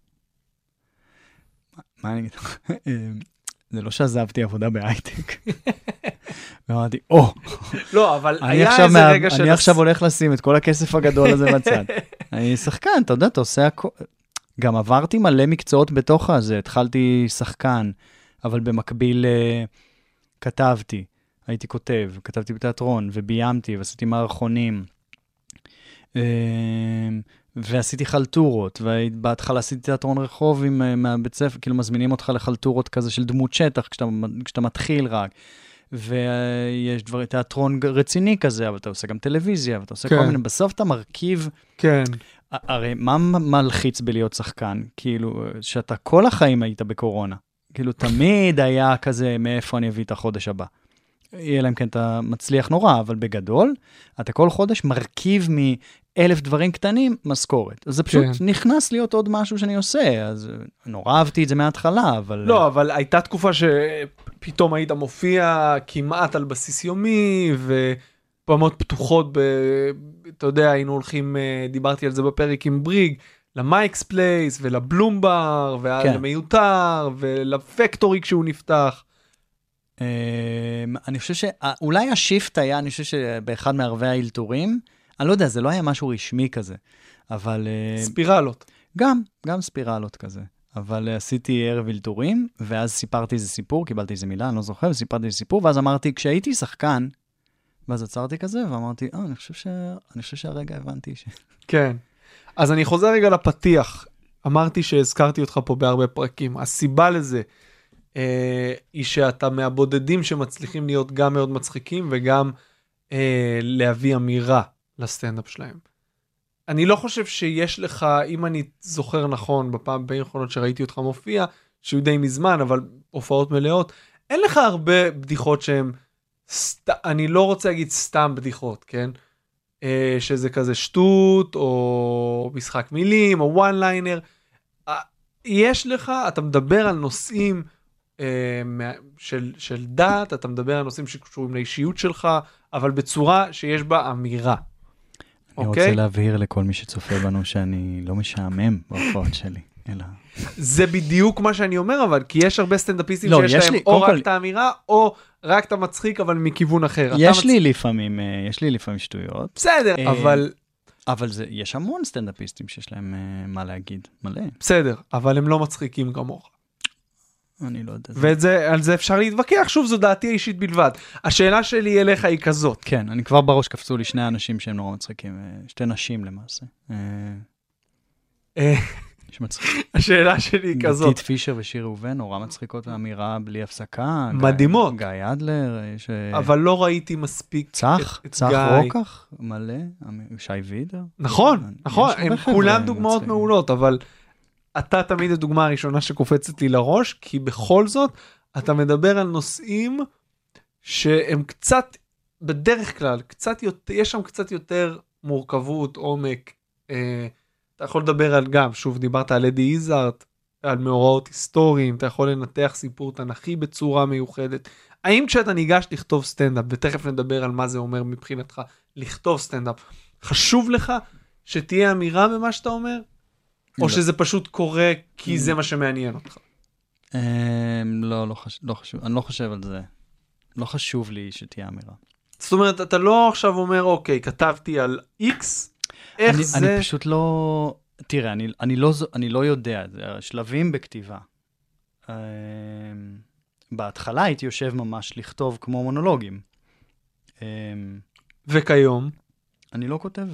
מה אני אגיד לך? זה לא שעזבתי עבודה בהייטק. ואמרתי, או, לא, אבל אני היה עכשיו איזה מה- רגע של... אני עכשיו הולך לשים את כל הכסף הגדול הזה בצד. אני שחקן, אתה יודע, אתה עושה הכל. גם עברתי מלא מקצועות בתוך הזה, התחלתי שחקן, אבל במקביל אה, כתבתי, הייתי כותב, כתבתי בתיאטרון, וביימתי, ועשיתי מערכונים, אה, ועשיתי חלטורות, ובהתחלה עשיתי תיאטרון רחוב עם, אה, מהבית ספר, כאילו מזמינים אותך לחלטורות כזה של דמות שטח, כשאתה, כשאתה מתחיל רק. ויש דבר, תיאטרון רציני כזה, אבל אתה עושה גם טלוויזיה, ואתה עושה כן. כל מיני, בסוף אתה מרכיב, כן. הרי מה מלחיץ בלהיות שחקן? כאילו, שאתה כל החיים היית בקורונה. כאילו, תמיד היה כזה, מאיפה אני אביא את החודש הבא. יהיה להם כן, אתה מצליח נורא, אבל בגדול, אתה כל חודש מרכיב מאלף דברים קטנים, משכורת. אז זה פשוט כן. נכנס להיות עוד משהו שאני עושה, אז נורא אהבתי את זה מההתחלה, אבל... לא, אבל הייתה תקופה שפתאום היית מופיע כמעט על בסיס יומי, ופעמות פתוחות, ב... אתה יודע, היינו הולכים, דיברתי על זה בפרק עם בריג, למייקס פלייס, ולבלומבר, ולמיותר, ולפקטורי כשהוא נפתח. אני חושב שאולי השיפט היה, אני חושב שבאחד מערבי האילתורים, אני לא יודע, זה לא היה משהו רשמי כזה, אבל... ספירלות. גם, גם ספירלות כזה. אבל עשיתי ערב אילתורים, ואז סיפרתי איזה סיפור, קיבלתי איזה מילה, אני לא זוכר, וסיפרתי איזה סיפור, ואז אמרתי, כשהייתי שחקן, ואז עצרתי כזה, ואמרתי, אה, אני חושב ש... אני חושב שהרגע הבנתי ש... כן. אז אני חוזר רגע לפתיח. אמרתי שהזכרתי אותך פה בהרבה פרקים. הסיבה לזה אה, היא שאתה מהבודדים שמצליחים להיות גם מאוד מצחיקים, וגם אה, להביא אמירה לסטנדאפ שלהם. אני לא חושב שיש לך, אם אני זוכר נכון, בפעם בין האחרונות שראיתי אותך מופיע, שהוא די מזמן, אבל הופעות מלאות, אין לך הרבה בדיחות שהן, סת... אני לא רוצה להגיד סתם בדיחות, כן? אה, שזה כזה שטות, או משחק מילים, או וואן ליינר. אה, יש לך, אתה מדבר על נושאים אה, של, של דת, אתה מדבר על נושאים שקשורים לאישיות שלך, אבל בצורה שיש בה אמירה. אני אוקיי? רוצה להבהיר לכל מי שצופה בנו שאני לא משעמם בהופעות שלי, אלא... זה בדיוק מה שאני אומר, אבל כי יש הרבה סטנדאפיסטים לא, שיש יש להם לי- או קודם רק כל- את האמירה, או רק את המצחיק, אבל מכיוון אחר. אתה יש מצ- לי לפעמים, אה, יש לי לפעמים שטויות, בסדר, אה, אבל... אבל זה, יש המון סטנדאפיסטים שיש להם אה, מה להגיד, מלא, בסדר, אבל הם לא מצחיקים כמוך. אני לא יודע. ואת זה, על זה אפשר להתווכח, שוב, זו דעתי האישית בלבד. השאלה שלי אליך היא כזאת. כן, אני כבר בראש קפצו לי שני אנשים שהם נורא מצחיקים, אה, שתי נשים למעשה. אה, אה, שמצחיקים. השאלה שלי היא כזאת. טיט פישר ושיר ראובן, נורא מצחיקות מאמירה בלי הפסקה. מדהימות. גיא גיא אדלר, יש... אה, אבל לא ראיתי מספיק צח, את- את צח גיא. רוקח, מלא, אמ- שי וידר. נכון, יש נכון, הרבה הם חבר'ה כולם דוגמאות מצחיקים. מעולות, אבל אתה תמיד הדוגמה הראשונה שקופצת לי לראש, כי בכל זאת אתה מדבר על נושאים שהם קצת, בדרך כלל, קצת יותר, יש שם קצת יותר מורכבות, עומק, אה, אתה יכול לדבר על גם, שוב, דיברת על אדי איזארט, על מאורעות היסטוריים, אתה יכול לנתח סיפור תנכי בצורה מיוחדת. האם כשאתה ניגש לכתוב סטנדאפ, ותכף נדבר על מה זה אומר מבחינתך, לכתוב סטנדאפ, חשוב לך שתהיה אמירה במה שאתה אומר? או שזה פשוט קורה כי זה מה שמעניין אותך? לא, לא חשוב, אני לא חושב על זה. לא חשוב לי שתהיה אמירה. זאת אומרת, אתה לא עכשיו אומר, אוקיי, כתבתי על X, איך זה... אני פשוט לא... תראה, אני, אני, לא, אני לא יודע, זה השלבים בכתיבה. בהתחלה הייתי יושב ממש לכתוב כמו מונולוגים. וכיום? אני לא כותב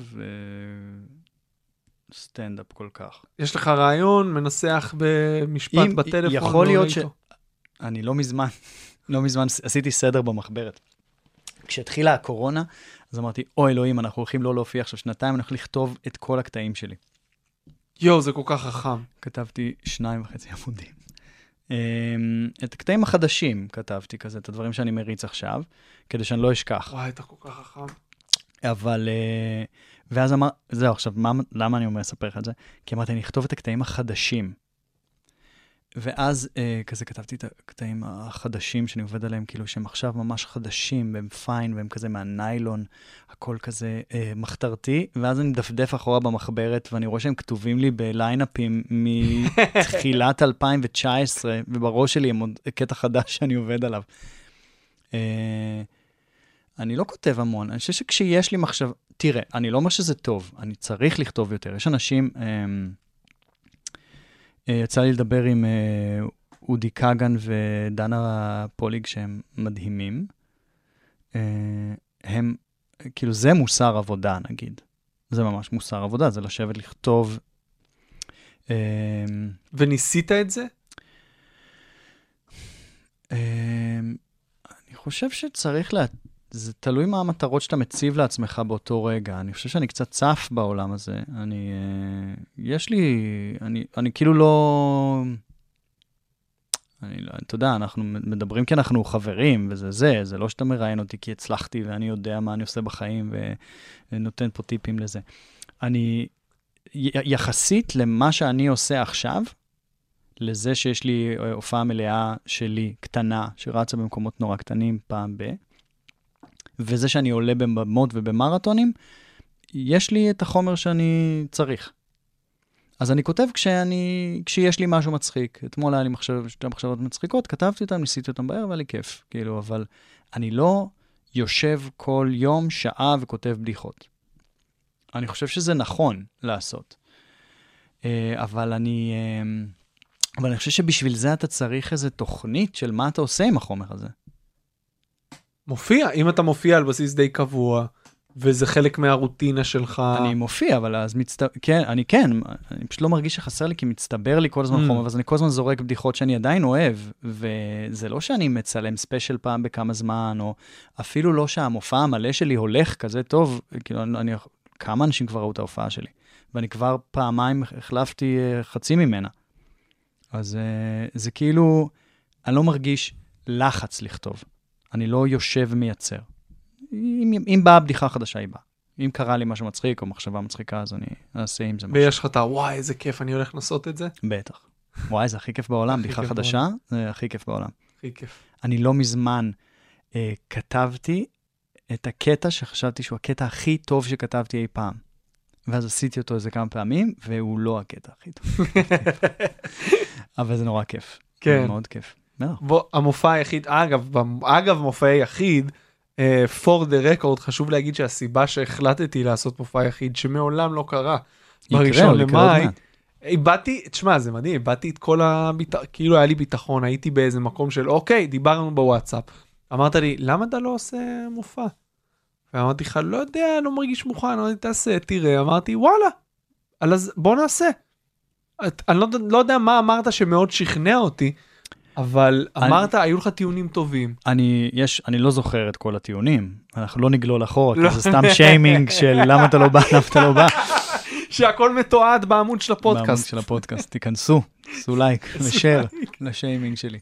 סטנדאפ כל כך. יש לך רעיון, מנסח במשפט אם, בטלפון? יכול להיות ש... אני לא מזמן, לא מזמן עשיתי סדר במחברת. כשהתחילה הקורונה, אז אמרתי, אוי אלוהים, אנחנו הולכים לא להופיע עכשיו שנתיים, אנחנו לכתוב את כל הקטעים שלי. יו, זה כל כך חכם. כתבתי שניים וחצי עמודים. את הקטעים החדשים כתבתי כזה, את הדברים שאני מריץ עכשיו, כדי שאני לא אשכח. וואי, אתה כל כך חכם. אבל, ואז אמר, זהו, עכשיו, מה, למה אני אומר לספר לך את זה? כי אמרתי, אני אכתוב את הקטעים החדשים. ואז כזה כתבתי את הקטעים החדשים שאני עובד עליהם, כאילו שהם עכשיו ממש חדשים, והם פיין, והם כזה מהניילון, הכל כזה מחתרתי, ואז אני מדפדף אחורה במחברת, ואני רואה שהם כתובים לי בליינאפים מתחילת אלפיים תשע עשרה, ובראש שלי הם עוד קטע חדש שאני עובד עליו. אני לא כותב המון, אני חושב שכשיש לי מחשב, תראה, אני לא אומר שזה טוב, אני צריך לכתוב יותר. יש אנשים... יצא לי לדבר עם אודי קאגן ודנה פוליג שהם מדהימים. הם, כאילו זה מוסר עבודה נגיד. זה ממש מוסר עבודה, זה לשבת לכתוב. וניסית את זה? אני חושב שצריך לה... זה תלוי מה המטרות שאתה מציב לעצמך באותו רגע. אני חושב שאני קצת צף בעולם הזה. אני, יש לי, אני, אני כאילו לא, אני לא, אתה יודע, אנחנו מדברים כי אנחנו חברים, וזה זה, זה לא שאתה מראיין אותי כי הצלחתי, ואני יודע מה אני עושה בחיים, ונותן פה טיפים לזה. אני, יחסית למה שאני עושה עכשיו, לזה שיש לי הופעה מלאה שלי, קטנה, שרצה במקומות נורא קטנים פעם ב, וזה שאני עולה במות ובמרתונים, יש לי את החומר שאני צריך. אז אני כותב כשאני, כשיש לי משהו מצחיק. אתמול היה לי מחשב, שתי מחשבות מצחיקות, כתבתי אותם, ניסיתי אותם בערב, היה לי כיף. כאילו, אבל אני לא יושב כל יום, שעה, וכותב בדיחות. אני חושב שזה נכון לעשות. אבל אני, אבל אני חושב שבשביל זה אתה צריך איזו תוכנית של מה אתה עושה עם החומר הזה. מופיע, אם אתה מופיע על בסיס די קבוע, וזה חלק מהרוטינה שלך. אני מופיע, אבל אז מצטבר, כן, אני כן, אני פשוט לא מרגיש שחסר לי, כי מצטבר לי כל הזמן חומר, אז אני כל הזמן זורק בדיחות שאני עדיין אוהב, וזה לא שאני מצלם ספיישל פעם בכמה זמן, או אפילו לא שהמופע המלא שלי הולך כזה טוב, כאילו, אני, כמה אנשים כבר ראו את ההופעה שלי, ואני כבר פעמיים החלפתי חצי ממנה. אז זה כאילו, אני לא מרגיש לחץ לכתוב. אני לא יושב ומייצר. אם, אם באה בדיחה חדשה, היא באה. אם קרה לי משהו מצחיק או מחשבה מצחיקה, אז אני אעשה עם זה משהו. ויש לך את וואי, איזה כיף, אני הולך לנסות את זה? בטח. וואי, זה הכי כיף בעולם. בדיחה חדשה, זה הכי כיף בעולם. הכי כיף. אני לא מזמן אה, כתבתי את הקטע שחשבתי שהוא הקטע הכי טוב שכתבתי אי פעם. ואז עשיתי אותו איזה כמה פעמים, והוא לא הקטע הכי טוב. אבל זה נורא כיף. כן. זה מאוד כיף. בוא, המופע היחיד, אגב, אגב מופעי יחיד, uh, for the record, חשוב להגיד שהסיבה שהחלטתי לעשות מופע יחיד, שמעולם לא קרה, בראשון למאי, איבדתי, תשמע, זה מדהים, איבדתי את כל הביט... כאילו היה לי ביטחון, הייתי באיזה מקום של, אוקיי, דיברנו בוואטסאפ, אמרת לי, למה אתה לא עושה מופע? ואמרתי לך, לא יודע, לא מרגיש מוכן, אמרתי, תעשה, תראה, אמרתי, וואלה, אז בוא נעשה. אני לא, לא יודע מה אמרת שמאוד שכנע אותי, אבל אמרת, היו לך טיעונים טובים. אני, יש, אני לא זוכר את כל הטיעונים. אנחנו לא נגלול אחורה, כי זה סתם שיימינג של למה אתה לא בא, למה אתה לא בא. שהכל מתועד בעמוד של הפודקאסט. בעמוד של הפודקאסט, תיכנסו, עשו לייק ושאר לשיימינג שלי.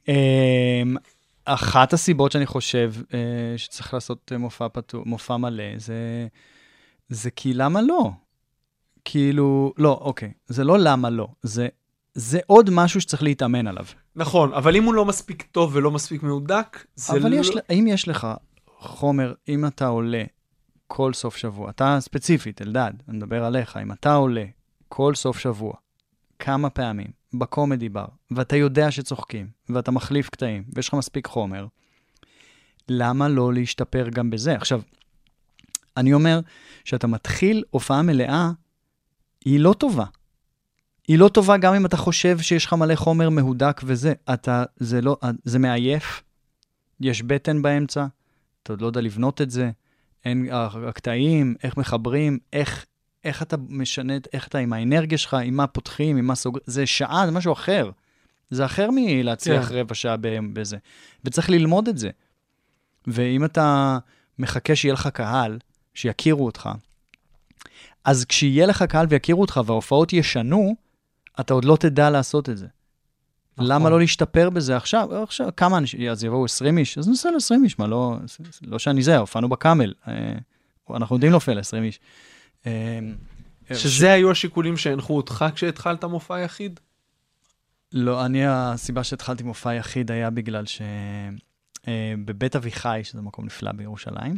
אחת הסיבות שאני חושב שצריך לעשות מופע פתוח, מופע מלא, זה זה כי למה לא? כאילו, לא, אוקיי, זה לא למה לא, זה, זה עוד משהו שצריך להתאמן עליו. נכון, אבל אם הוא לא מספיק טוב ולא מספיק מהודק, זה אבל לא... יש, אם יש לך חומר, אם אתה עולה כל סוף שבוע, אתה ספציפית, אלדד, אני מדבר עליך, אם אתה עולה כל סוף שבוע, כמה פעמים, בקומדי בר, ואתה יודע שצוחקים, ואתה מחליף קטעים, ויש לך מספיק חומר, למה לא להשתפר גם בזה? עכשיו, אני אומר שאתה מתחיל הופעה מלאה, היא לא טובה. היא לא טובה גם אם אתה חושב שיש לך מלא חומר מהודק וזה. אתה, זה לא, זה מעייף, יש בטן באמצע, אתה עוד לא יודע לבנות את זה, אין, הקטעים, איך מחברים, איך, איך אתה משנה, איך אתה עם האנרגיה שלך, עם מה פותחים, עם מה סוגרים, זה שעה, זה משהו אחר. זה אחר מלהצליח yeah. רבע שעה בזה. וצריך ללמוד את זה. ואם אתה מחכה שיהיה לך קהל, שיכירו אותך, אז כשיהיה לך קהל ויכירו אותך וההופעות ישנו, אתה עוד לא תדע לעשות את זה. נכון. למה לא להשתפר בזה עכשיו? עכשיו, כמה אנשים, אז יבואו עשרים איש, אז נעשה ל-עשרים איש, מה לא, לא שאני זה, הופענו בקאמל, אנחנו יודעים להופיע ל-עשרים איש. שזה ש... היו השיקולים שהנחו אותך כשהתחלת מופע יחיד? לא, אני, הסיבה שהתחלתי מופע יחיד היה בגלל שבבית אביחי, שזה מקום נפלא בירושלים,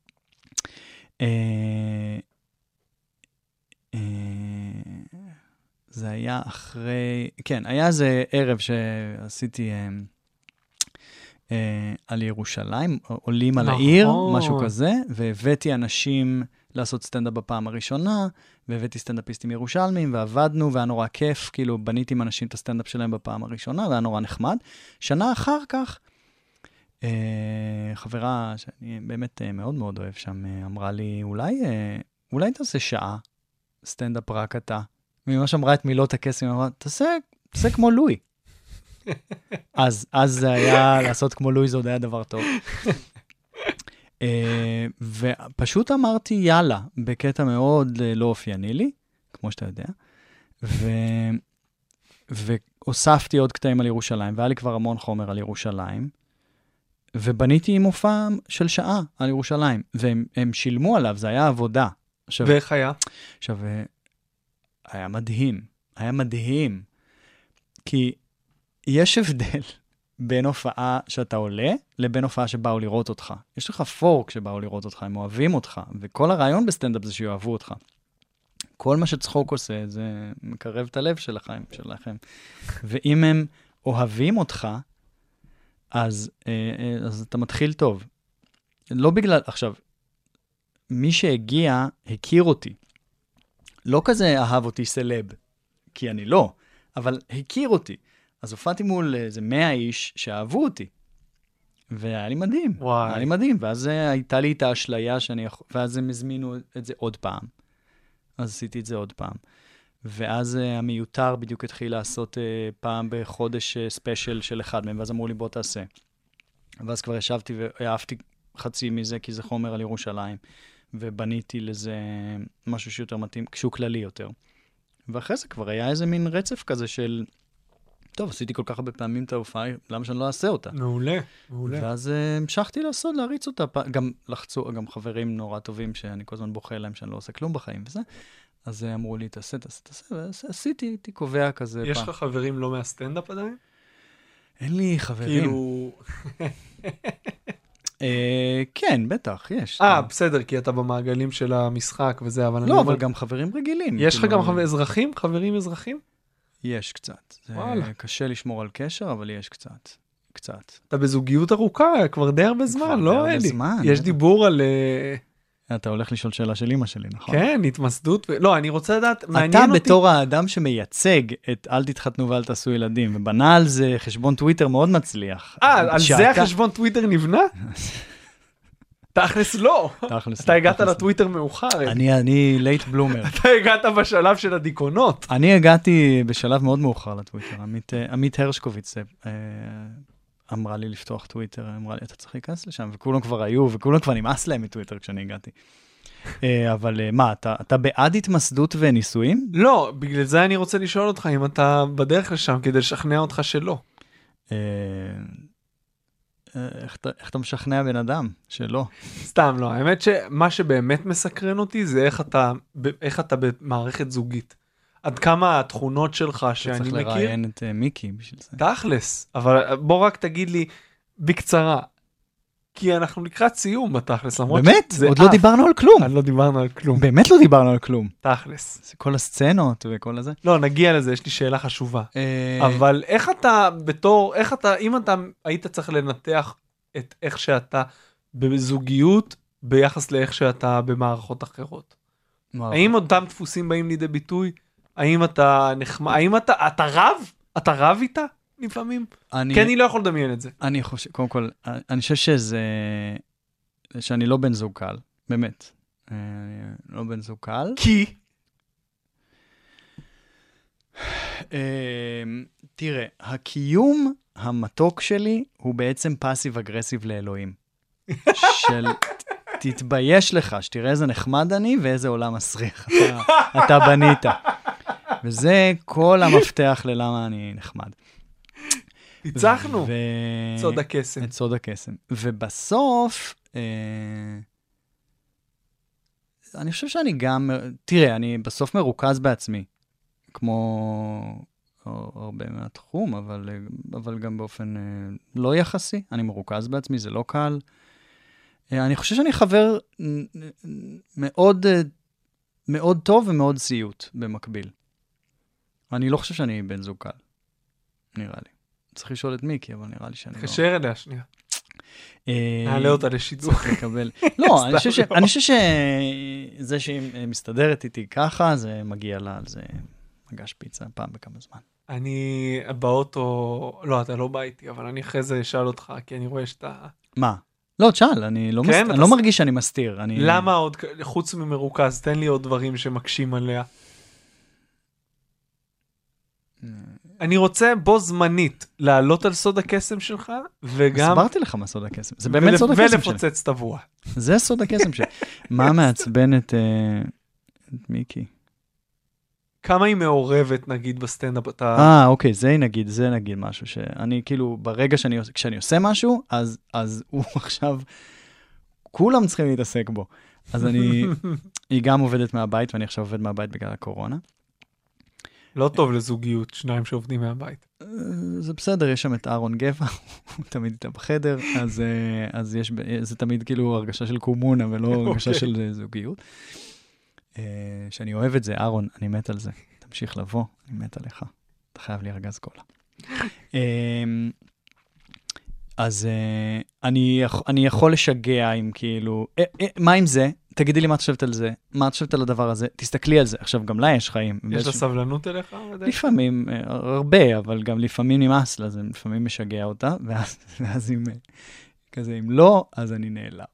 זה היה אחרי, כן, היה איזה ערב שעשיתי על ירושלים, עולים על העיר, משהו כזה, והבאתי אנשים לעשות סטנדאפ בפעם הראשונה, והבאתי סטנדאפיסטים ירושלמים, ועבדנו, והיה נורא כיף, כאילו בניתי עם אנשים את הסטנדאפ שלהם בפעם הראשונה, והיה נורא נחמד. שנה אחר כך, חברה שאני באמת מאוד מאוד אוהב שם, אמרה לי, אולי, אולי תעשה שעה סטנדאפ רק אתה. ממש אמרה את מילות הקסם, אמרה, תעשה, תעשה כמו לואי. אז, אז זה היה, לעשות כמו לואי, זה עוד היה דבר טוב. ופשוט אמרתי, יאללה, בקטע מאוד לא אופייני לי, כמו שאתה יודע, ו... והוספתי עוד קטעים על ירושלים, והיה לי כבר המון חומר על ירושלים, ובניתי עם מופע של שעה על ירושלים, והם הם שילמו עליו, זה היה עבודה. עכשיו, ואיך היה? עכשיו, היה מדהים, היה מדהים, כי יש הבדל בין הופעה שאתה עולה, לבין הופעה שבאו לראות אותך. יש לך פורק שבאו לראות אותך, הם אוהבים אותך, וכל הרעיון בסטנדאפ זה שיאהבו אותך. כל מה שצחוק עושה, זה מקרב את הלב שלכם, שלכם. ואם הם אוהבים אותך, אז, אז אתה מתחיל טוב. לא בגלל, עכשיו, מי שהגיע, הכיר אותי. לא כזה אהב אותי סלב, כי אני לא, אבל הכיר אותי. אז הופעתי מול איזה מאה איש שאהבו אותי. והיה לי מדהים. וואי. היה לי מדהים. ואז הייתה לי את האשליה שאני יכול, ואז הם הזמינו את זה עוד פעם. אז עשיתי את זה עוד פעם. ואז המיותר בדיוק התחיל לעשות פעם בחודש ספיישל של אחד מהם, ואז אמרו לי בוא תעשה. ואז כבר ישבתי ואהבתי חצי מזה, כי זה חומר על ירושלים, ובניתי לזה משהו שיותר מתאים, כשהוא כללי יותר. ואחרי זה כבר היה איזה מין רצף כזה של, טוב, עשיתי כל כך הרבה פעמים את ההופעה, למה שאני לא אעשה אותה? מעולה, מעולה. ואז המשכתי לעשות, להריץ אותה, גם לחצו, גם חברים נורא טובים, שאני כל הזמן בוכה להם שאני לא עושה כלום בחיים וזה, אז אמרו לי, תעשה, תעשה, תעשה, ועשיתי, הייתי קובע כזה פעם. יש לך חברים לא מהסטנדאפ עדיין? אין לי חברים. כאילו... כן, בטח, יש. אה, בסדר, כי אתה במעגלים של המשחק וזה, אבל... לא, אבל גם חברים רגילים. יש לך גם אזרחים? חברים אזרחים? יש קצת. זה קשה לשמור על קשר, אבל יש קצת. קצת. אתה בזוגיות ארוכה, כבר די הרבה זמן, לא אלי? יש דיבור על... אתה הולך לשאול שאלה של אמא שלי, נכון? כן, התמסדות. לא, אני רוצה לדעת, מעניין אותי... אותי... אתה בתור האדם שמייצג את אל תתחתנו ואל תעשו ילדים, ובנה על זה חשבון טוויטר מאוד מצליח. אה, על זה החשבון טוויטר נבנה? תכלס לא. אתה הגעת לטוויטר מאוחר. אני לייט בלומר. אתה הגעת בשלב של הדיכאונות. אני הגעתי בשלב מאוד מאוחר לטוויטר. עמית הרשקוביץ אמרה לי לפתוח טוויטר, אמרה לי, אתה צריך להיכנס לשם, וכולם כבר היו, וכולם כבר נמאס להם מטוויטר כשאני הגעתי. אבל מה, אתה בעד התמסדות וניסויים? לא, בגלל זה אני רוצה לשאול אותך, אם אתה בדרך לשם כדי לשכנע אותך שלא. איך אתה- איך אתה משכנע בן אדם? שלא. סתם לא, האמת שמה שבאמת מסקרן אותי זה איך אתה, איך אתה במערכת זוגית. עד כמה התכונות שלך אתה שאני צריך מכיר, לראיין את אה, מיקי בשביל זה. תכלס, אבל בוא רק תגיד לי בקצרה, כי אנחנו לקראת סיום בתכלס, למרות באמת? שזה עוד לא עף. דיברנו על כלום. עוד לא דיברנו על כלום, באמת לא דיברנו על כלום. תכלס. זה כל הסצנות וכל הזה. לא, נגיע לזה, יש לי שאלה חשובה. אה, אבל איך אתה בתור, איך אתה, אם אתה היית צריך לנתח את איך שאתה בזוגיות ביחס לאיך שאתה במערכות אחרות. מה? האם אותם דפוסים באים לידי ביטוי? האם אתה נחמד? האם אתה, אתה רב? אתה רב איתה לפעמים? אני- כי אני לא יכול לדמיין את זה. אני חושב, קודם כל, אני חושב שזה, שאני לא בן זוג קל, באמת. אה, אני לא בן זוג קל. כי? אה, תראה, הקיום המתוק שלי הוא בעצם פאסיב אגרסיב לאלוהים. של תתבייש לך, שתראה איזה נחמד אני ואיזה עולם מסריח אתה, אתה בנית. וזה כל המפתח ללמה אני נחמד. ניצחנו. ו... סוד הקסם. את סוד הקסם. ובסוף, אה, אני חושב שאני גם, תראה, אני בסוף מרוכז בעצמי, כמו הרבה מהתחום, אבל, אבל גם באופן אה, לא יחסי. אני מרוכז בעצמי, זה לא קל. אה, אני חושב שאני חבר מאוד, אה, מאוד טוב ומאוד סיוט במקביל. אני לא חושב שאני בן זוג קל, נראה לי. צריך לשאול את מיקי, אבל נראה לי שאני לא... תקשר אליה שנייה. אה, נעלה אותה לשידור. צריך לקבל. לא, אני חושב ש- אני חושב שזה שהיא מסתדרת איתי ככה, זה מגיע לה על זה מגש פיצה פעם בכמה זמן. אני באוטו, לא, אתה לא בא איתי, אבל אני אחרי זה אשאל אותך, כי אני רואה שאתה... מה? לא, תשאל, אני לא כן, מסת- אתה אני לא ס- מרגיש שאני מסתיר. אני- למה עוד, חוץ ממרוכז, תן לי עוד דברים שמקשים עליה. אני רוצה בו זמנית לעלות על סוד הקסם שלך, וגם... הסברתי לך מה סוד הקסם. זה באמת סוד הקסם שלי. ולפוצץ את הבועה. זה סוד הקסם שלי. מה מעצבן את אה, את מיקי? כמה היא מעורבת, נגיד, בסטנדאפ, אתה... אה, אוקיי, זה נגיד, זה נגיד משהו שאני כאילו, ברגע שאני, עוש- כשאני עושה משהו, אז, אז הוא עכשיו, כולם צריכים להתעסק בו. אז אני, היא גם עובדת מהבית, ואני עכשיו עובד מהבית בגלל הקורונה. לא טוב לזוגיות, שניים שעובדים מהבית. אה, זה בסדר, יש שם את אהרון גבע, הוא תמיד איתה בחדר, אז, אה, אז יש, ב- זה תמיד כאילו הרגשה של קומונה, ולא הרגשה אוקיי. של אה, זוגיות. אה, שאני אוהב את זה, אהרון, אני מת על זה. תמשיך לבוא, אני מת עליך. אתה חייב לי ארגז קולה. אמ, אז אה, אני יכ- אני יכול לשגע עם כאילו, אה, אה, מה עם זה? תגידי לי מה את חושבת על זה, מה את חושבת על הדבר הזה, תסתכלי על זה. עכשיו, גם לה יש חיים. יש לה באיזשהו- סבלנות אליך? בדרך? לפעמים, אה, הרבה, אבל גם לפעמים נמאס לה, זה לפעמים משגע אותה, ואז, ואז אם, אה, כזה, אם לא, אז אני נעלב.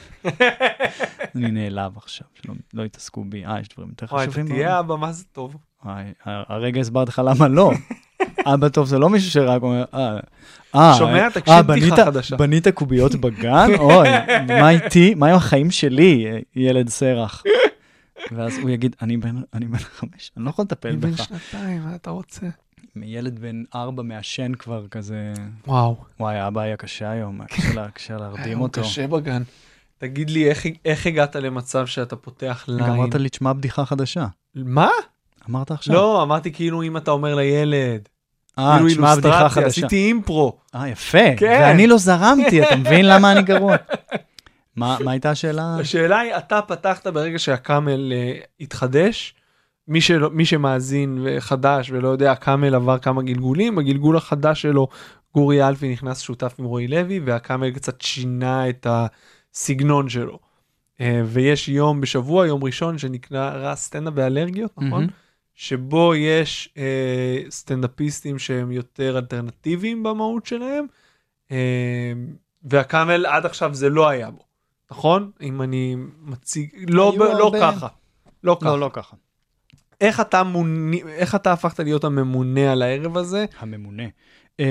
אני נעלב עכשיו, שלא לא יתעסקו בי. אה, יש דברים יותר וואי, אתה חשובים. תהיה בעולם? אבא, מה זה טוב? וואי, ה- הרגע הסברתי לך למה לא. אבא טוב זה לא מישהו שרק אומר, אה, אה, שומע? אה, תקשיב אה, בדיחה בנית- חדשה. בנית קוביות בגן? אוי, מה איתי? מה עם החיים שלי, ילד סרח? ואז הוא יגיד, אני בן אני בן חמש, אני לא יכול לטפל אני בן בך. שנתיים, מה אתה רוצה? ילד בן ארבע מעשן כבר כזה, וואו. וואי, אבא היה קשה היום, היה קשה לה- קשה להרדים הוא אותו. קשה בגן. תגיד לי, איך- איך הגעת למצב שאתה פותח ליין? גם אמרת לי, תשמע בדיחה חדשה. מה? אמרת עכשיו. לא, אמרתי כאילו אם אתה אומר לילד. אה, כאילו תשמע בדיחה אילוסטרציה, חדשה. עשיתי אימפרו. אה, יפה. כן. ואני לא זרמתי, אתה מבין למה אני גרוע? מה מה הייתה השאלה? השאלה היא, אתה פתחת ברגע שהקאמל אה, התחדש, מי, שלא, מי שמאזין וחדש ולא יודע, הקאמל עבר כמה גלגולים, הגלגול החדש שלו, גורי אלפי נכנס שותף עם רועי לוי, והקאמל קצת שינה את הסגנון שלו. אה, ויש יום בשבוע, יום ראשון, שנקרא סטנדאפ באלרגיות, נכון? מהמם. שבו יש אה, סטנדאפיסטים שהם יותר אלטרנטיביים במהות שלהם, אה, והקאמל עד עכשיו זה לא היה בו, נכון? אם אני מציג, לא, ב, היו לא הרבה. ככה, לא ככה. לא, לא ככה. איך אתה, מוני, איך אתה הפכת להיות הממונה על הערב הזה? הממונה. אה,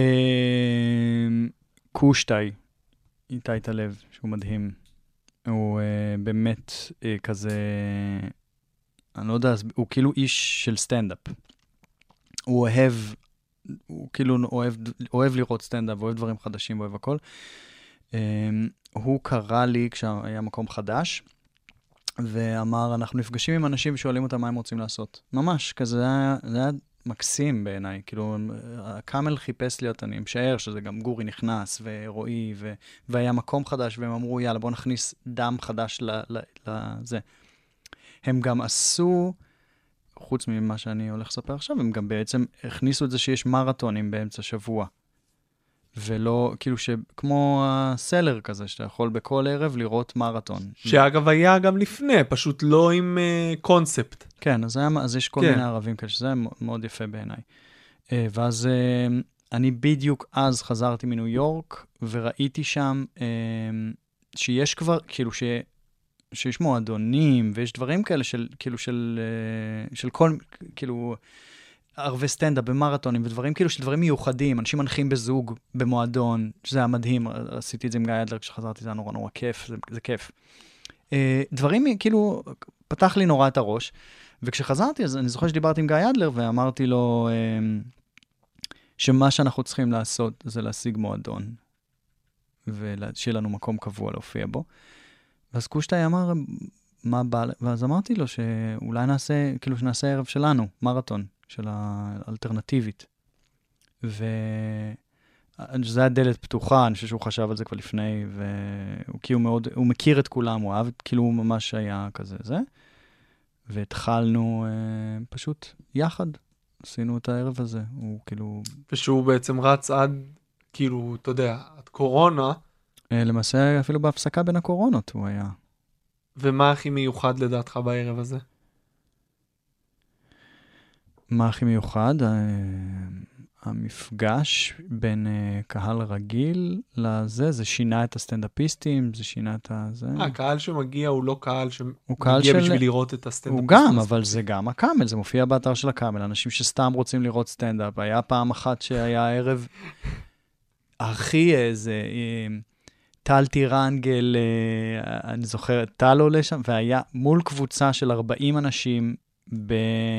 קושטאי, איתי טלב, שהוא מדהים. הוא אה, באמת אה, כזה, אני לא יודע, הוא כאילו איש של סטנדאפ. הוא אוהב, הוא כאילו אוהב, אוהב לראות סטנדאפ, אוהב דברים חדשים, אוהב הכל. הוא קרא לי כשהיה מקום חדש, ואמר, אנחנו נפגשים עם אנשים ושואלים אותם מה הם רוצים לעשות. ממש, כזה, זה היה, זה היה מקסים בעיניי. כאילו, הקאמל חיפש להיות, אני משער שזה גם גורי נכנס, ורועי, ו... והיה מקום חדש, והם אמרו, יאללה, בוא נכניס דם חדש לזה. הם גם עשו, חוץ ממה שאני הולך לספר עכשיו, הם גם בעצם הכניסו את זה שיש מרתונים באמצע שבוע. ולא, כאילו שכמו הסלר כזה, שאתה יכול בכל ערב לראות מרתון. שאגב היה גם לפני, פשוט לא עם uh, קונספט. כן, אז, היה, אז יש כל כן. מיני ערבים כאלה, שזה היה מאוד יפה בעיניי. Uh, ואז uh, אני בדיוק אז חזרתי מניו יורק, וראיתי שם uh, שיש כבר, כאילו ש... שיש מועדונים, ויש דברים כאלה של, כאילו של, uh, של כל, כאילו... ערבי סטנדאפ במרתונים ודברים כאילו של דברים מיוחדים, אנשים מנחים בזוג, במועדון, שזה היה מדהים, עשיתי את זה עם גיא אדלר כשחזרתי, זה היה נורא נורא כיף, זה, זה כיף. דברים כאילו, פתח לי נורא את הראש, וכשחזרתי, אז אני זוכר שדיברתי עם גיא אדלר, ואמרתי לו שמה שאנחנו צריכים לעשות זה להשיג מועדון, ושיהיה לנו מקום קבוע להופיע בו. ואז קושטאי אמר, מה בא, ואז אמרתי לו שאולי נעשה, כאילו שנעשה ערב שלנו, מרתון. של האלטרנטיבית. ו... זה היה דלת פתוחה, אני חושב שהוא חשב על זה כבר לפני, והוא כאילו מאוד, הוא מכיר את כולם, הוא אהב, כאילו הוא ממש היה כזה, זה. והתחלנו אה, פשוט יחד, עשינו את הערב הזה, הוא כאילו... ושהוא בעצם רץ עד, כאילו, אתה יודע, עד קורונה. אה, למעשה, אפילו בהפסקה בין הקורונות הוא היה. ומה הכי מיוחד לדעתך בערב הזה? מה הכי מיוחד? המפגש בין קהל רגיל לזה, זה שינה את הסטנדאפיסטים, זה שינה את הזה. הקהל שמגיע הוא לא קהל שמגיע בשביל לראות את הסטנדאפיסטים. הוא גם, אבל זה גם הקאמל, זה מופיע באתר של הקאמל, אנשים שסתם רוצים לראות סטנדאפ. היה פעם אחת שהיה ערב הכי איזה, טל טירנגל, אני זוכר, טל עולה שם, והיה מול קבוצה של ארבעים אנשים ב...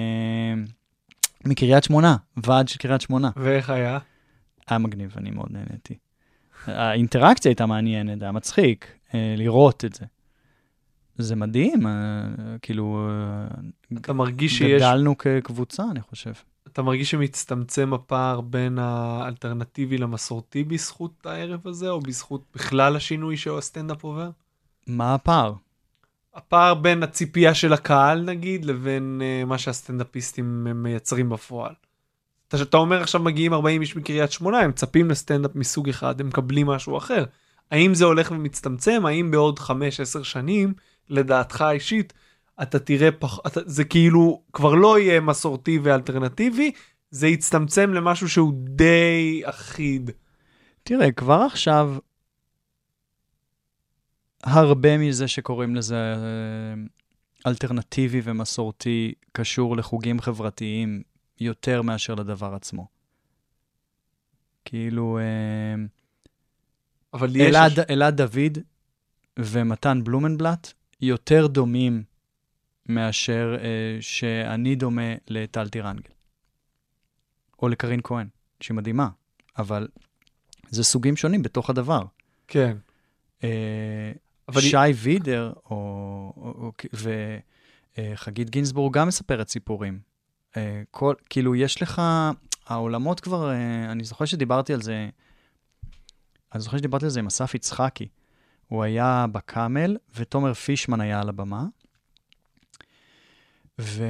מקריית שמונה, ועד של קריית שמונה. ואיך היה? היה מגניב, אני מאוד נהניתי. האינטראקציה הייתה מעניינת, היה מצחיק לראות את זה. זה מדהים, כאילו, אתה מרגיש שיש... גדלנו כקבוצה, אני חושב. אתה מרגיש שמצטמצם הפער בין האלטרנטיבי למסורתי בזכות הערב הזה, או בזכות בכלל השינוי שהסטנדאפ עובר? מה הפער? הפער בין הציפייה של הקהל, נגיד, לבין uh, מה שהסטנדאפיסטים מייצרים בפועל. אתה, אתה אומר עכשיו מגיעים ארבעים איש מקריית שמונה, הם מצפים לסטנדאפ מסוג אחד, הם מקבלים משהו אחר. האם זה הולך ומצטמצם? האם בעוד חמש עשר שנים, לדעתך האישית, אתה תראה, פח, אתה, זה כאילו כבר לא יהיה מסורתי ואלטרנטיבי, זה יצטמצם למשהו שהוא די אחיד. תראה, כבר עכשיו... הרבה מזה שקוראים לזה אלטרנטיבי ומסורתי קשור לחוגים חברתיים יותר מאשר לדבר עצמו. כאילו, אבל יש... אלעד, אלעד דוד ומתן בלומנבלט יותר דומים מאשר שאני דומה לטל טירנגל. או לקרין כהן, שהיא מדהימה. אבל זה סוגים שונים בתוך הדבר. כן. שי וידר וחגית גינסבורג גם מספרת סיפורים. כאילו יש לך, העולמות כבר, אני זוכר שדיברתי על זה, אני זוכר שדיברתי על זה עם אסף יצחקי. הוא היה בקאמל ותומר פישמן היה על הבמה. והוא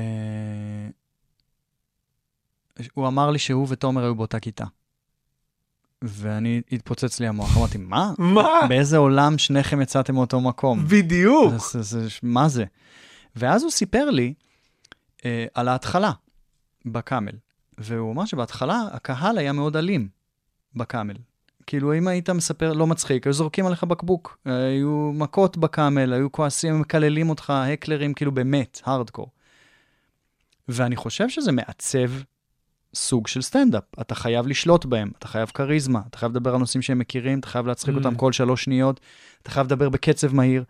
אמר לי שהוא ותומר היו באותה כיתה. ואני התפוצץ לי המוח, אמרתי, מה? מה? באיזה עולם שניכם יצאתם מאותו מקום? בדיוק. זה, זה, זה, מה זה? ואז הוא סיפר לי אה, על ההתחלה בקאמל, והוא אמר שבהתחלה הקהל היה מאוד אלים בקאמל. כאילו, אם היית מספר לא מצחיק, היו זורקים עליך בקבוק, היו מכות בקאמל, היו כועסים, מקללים אותך, הקלרים, כאילו באמת, הארדקור. ואני חושב שזה מעצב סוג של סטנדאפ. אתה חייב לשלוט בהם, אתה חייב קריזמה, אתה חייב לדבר על נושאים שהם מכירים, אתה חייב להצחיק אותם כל שלוש שניות, אתה חייב לדבר בקצב מהיר.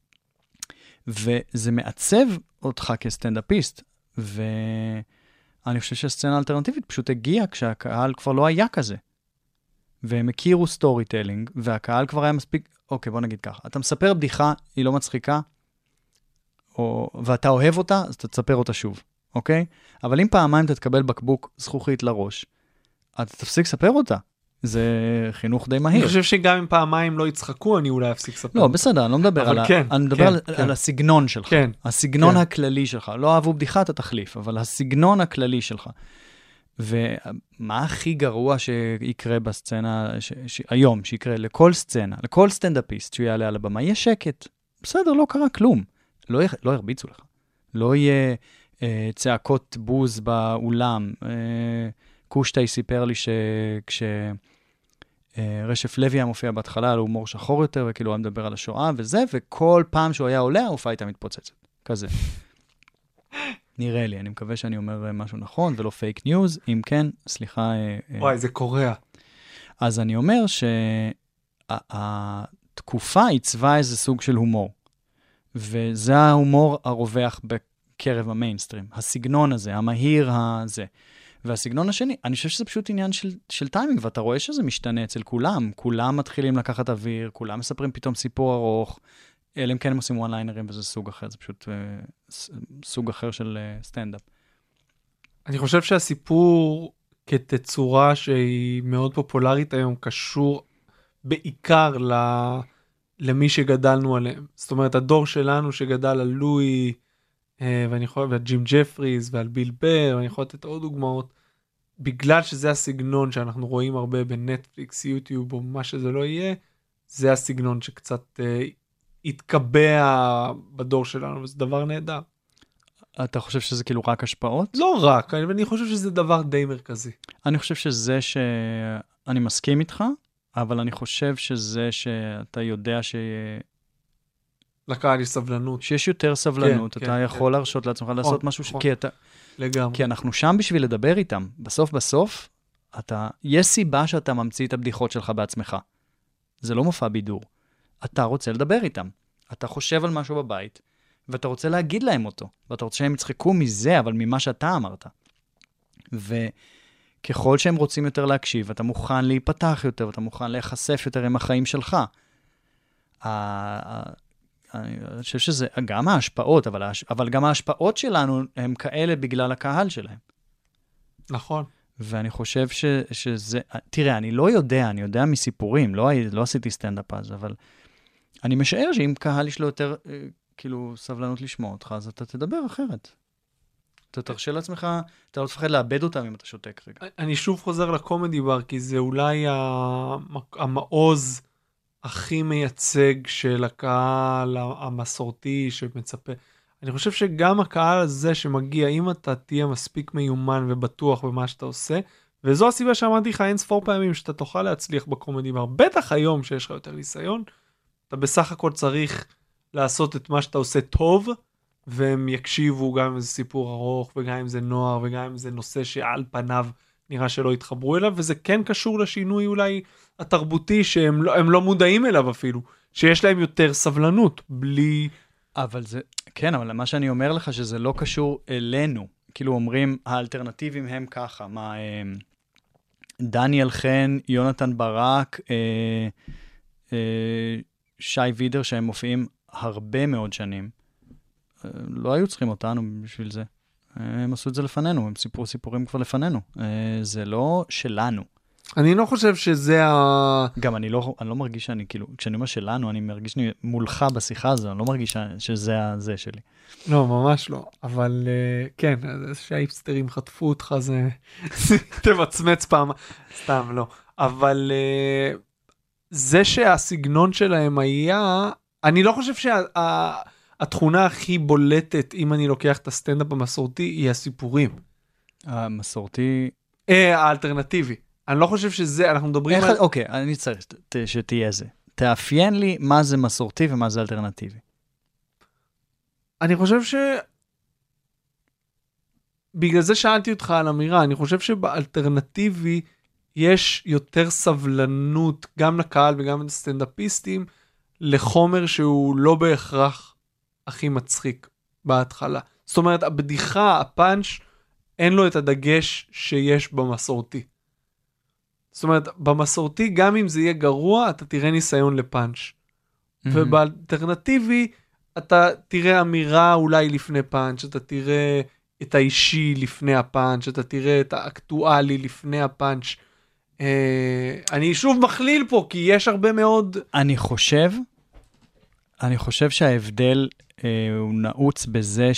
וזה מעצב אותך כסטנדאפיסט. ואני חושב שהסצנה האלטרנטיבית פשוט הגיעה כשהקהל כבר לא היה כזה. והם הכירו סטורי טלינג, והקהל כבר היה מספיק, אוקיי, בוא נגיד ככה, אתה מספר בדיחה, היא לא מצחיקה, או, ואתה אוהב אותה, אז אתה תספר אותה שוב, אוקיי? אבל אם פעמיים אתה תקבל בקבוק זכוכית לראש, אתה תפסיק לספר אותה. זה חינוך די מהיר. אני חושב שגם אם פעמיים לא יצחקו, אני אולי אפסיק לספר. לא, בסדר, אני לא מדבר על, כן, ה... אני מדבר כן, על, כן. על הסגנון שלך. כן. הסגנון כן. הכללי שלך. לא אהבו בדיחה, אתה תחליף, אבל הסגנון הכללי שלך. ומה הכי גרוע שיקרה בסצנה, ש... ש... היום, שיקרה לכל סצנה, לכל סטנדאפיסט שיעלה על הבמה, יהיה שקט. בסדר, לא קרה כלום. לא, י... לא ירביצו לך. לא יהיה אה, צעקות בוז באולם. אה, קושטי סיפר לי שכש... רשף לוי היה מופיע בהתחלה על הומור שחור יותר, וכאילו היה מדבר על השואה וזה, וכל פעם שהוא היה עולה, ההופעה הייתה מתפוצצת. כזה. נראה לי, אני מקווה שאני אומר משהו נכון, ולא פייק ניוז. אם כן, סליחה. וואי, זה קורע. אז אני אומר שהתקופה עיצבה איזה סוג של הומור. וזה ההומור הרווח בקרב המיינסטרים. הסגנון הזה, המהיר הזה. והסגנון השני, אני חושב שזה פשוט עניין של, של טיימינג, ואתה רואה שזה משתנה אצל כולם. כולם מתחילים לקחת אוויר, כולם מספרים פתאום סיפור ארוך, אלא אם כן הם עושים וואן ליינרים, וזה סוג אחר, זה פשוט uh, סוג אחר של uh, סטנדאפ. אני חושב שהסיפור כתצורה שהיא מאוד פופולרית היום, קשור בעיקר ל... למי שגדלנו עליהם. זאת אומרת, הדור שלנו שגדל על לואי, ואני יכול, ועל ג'ים ג'פריז, ועל ביל בר, ואני יכול לתת עוד דוגמאות, בגלל שזה הסגנון שאנחנו רואים הרבה בנטפליקס, יוטיוב, או מה שזה לא יהיה, זה הסגנון שקצת אה, התקבע בדור שלנו, וזה דבר נהדר. אתה חושב שזה כאילו רק השפעות? לא רק, אני, אני חושב שזה דבר די מרכזי. אני חושב שזה ש... אני מסכים איתך, אבל אני חושב שזה שאתה יודע ש... לקהל יש סבלנות. שיש יותר סבלנות, כן, אתה כן, יכול כן. להרשות לעצמך לעשות משהו ש... כי, אתה... לגמרי. כי אנחנו שם בשביל לדבר איתם. בסוף בסוף, אתה... יש סיבה שאתה ממציא את הבדיחות שלך בעצמך. זה לא מופע בידור. אתה רוצה לדבר איתם. אתה חושב על משהו בבית, ואתה רוצה להגיד להם אותו. ואתה רוצה שהם יצחקו מזה, אבל ממה שאתה אמרת. וככל שהם רוצים יותר להקשיב, אתה מוכן להיפתח יותר, ואתה מוכן להיחשף יותר עם החיים שלך. אני חושב שזה גם ההשפעות, אבל, אבל גם ההשפעות שלנו הם כאלה בגלל הקהל שלהם. נכון. ואני חושב ש, שזה, תראה, אני לא יודע, אני יודע מסיפורים, לא, לא עשיתי סטנדאפ אז, אבל אני משער שאם קהל יש לו יותר, כאילו, סבלנות לשמוע אותך, אז אתה תדבר אחרת. אתה תרשה לעצמך, אתה לא תפחד לאבד אותם אם אתה שותק רגע. אני שוב חוזר לקומדי בר, כי זה אולי המעוז הכי מייצג של הקהל המסורתי שמצפה. אני חושב שגם הקהל הזה שמגיע, אם אתה תהיה מספיק מיומן ובטוח במה שאתה עושה, וזו הסיבה שאמרתי לך אין ספור פעמים שאתה תוכל להצליח בקומדי בר. בטח היום שיש לך יותר ניסיון, אתה בסך הכל צריך לעשות את מה שאתה עושה טוב, והם יקשיבו גם אם זה סיפור ארוך, וגם אם זה נוער, וגם אם זה נושא שעל פניו נראה שלא יתחברו אליו, וזה כן קשור לשינוי אולי התרבותי, שהם לא, הם לא מודעים אליו אפילו, שיש להם יותר סבלנות, בלי... אבל זה, כן, אבל מה שאני אומר לך, שזה לא קשור אלינו. כאילו אומרים, האלטרנטיבים הם ככה, מה, אה, דניאל חן, יונתן ברק, אה, אה, שי וידר, שהם מופיעים הרבה מאוד שנים, אה, לא היו צריכים אותנו בשביל זה. הם עשו את זה לפנינו, הם סיפרו סיפורים כבר לפנינו. זה לא שלנו. אני לא חושב שזה ה... גם אני לא, אני לא מרגיש שאני, כאילו, כשאני אומר שלנו, אני מרגיש שאני מולך בשיחה הזו, אני לא מרגיש שזה הזה שלי. לא, ממש לא. אבל כן, שהאיפסטרים חטפו אותך, זה תמצמץ פעם. סתם, לא. אבל זה שהסגנון שלהם היה... אני לא חושב שה... התכונה הכי בולטת, אם אני לוקח את הסטנדאפ המסורתי, היא הסיפורים. המסורתי... אה, האלטרנטיבי. אני לא חושב שזה, אנחנו מדברים על... אוקיי, אני צריך שתהיה זה. תאפיין לי מה זה מסורתי ומה זה אלטרנטיבי. אני חושב ש... בגלל זה שאלתי אותך על אמירה, אני חושב שבאלטרנטיבי יש יותר סבלנות, גם לקהל וגם לסטנדאפיסטים, לחומר שהוא לא בהכרח הכי מצחיק בהתחלה. זאת אומרת, הבדיחה, הפאנץ', אין לו את הדגש שיש במסורתי. זאת אומרת, במסורתי, גם אם זה יהיה גרוע, אתה תראה ניסיון לפאנץ'. ובאלטרנטיבי, אתה תראה אמירה אולי לפני פאנץ', אתה תראה את האישי לפני הפאנץ', אתה תראה את האקטואלי לפני הפאנץ'. אה, אני שוב מכליל פה, כי יש הרבה מאוד... אני חושב, אני חושב שההבדל אה, הוא נעוץ בזה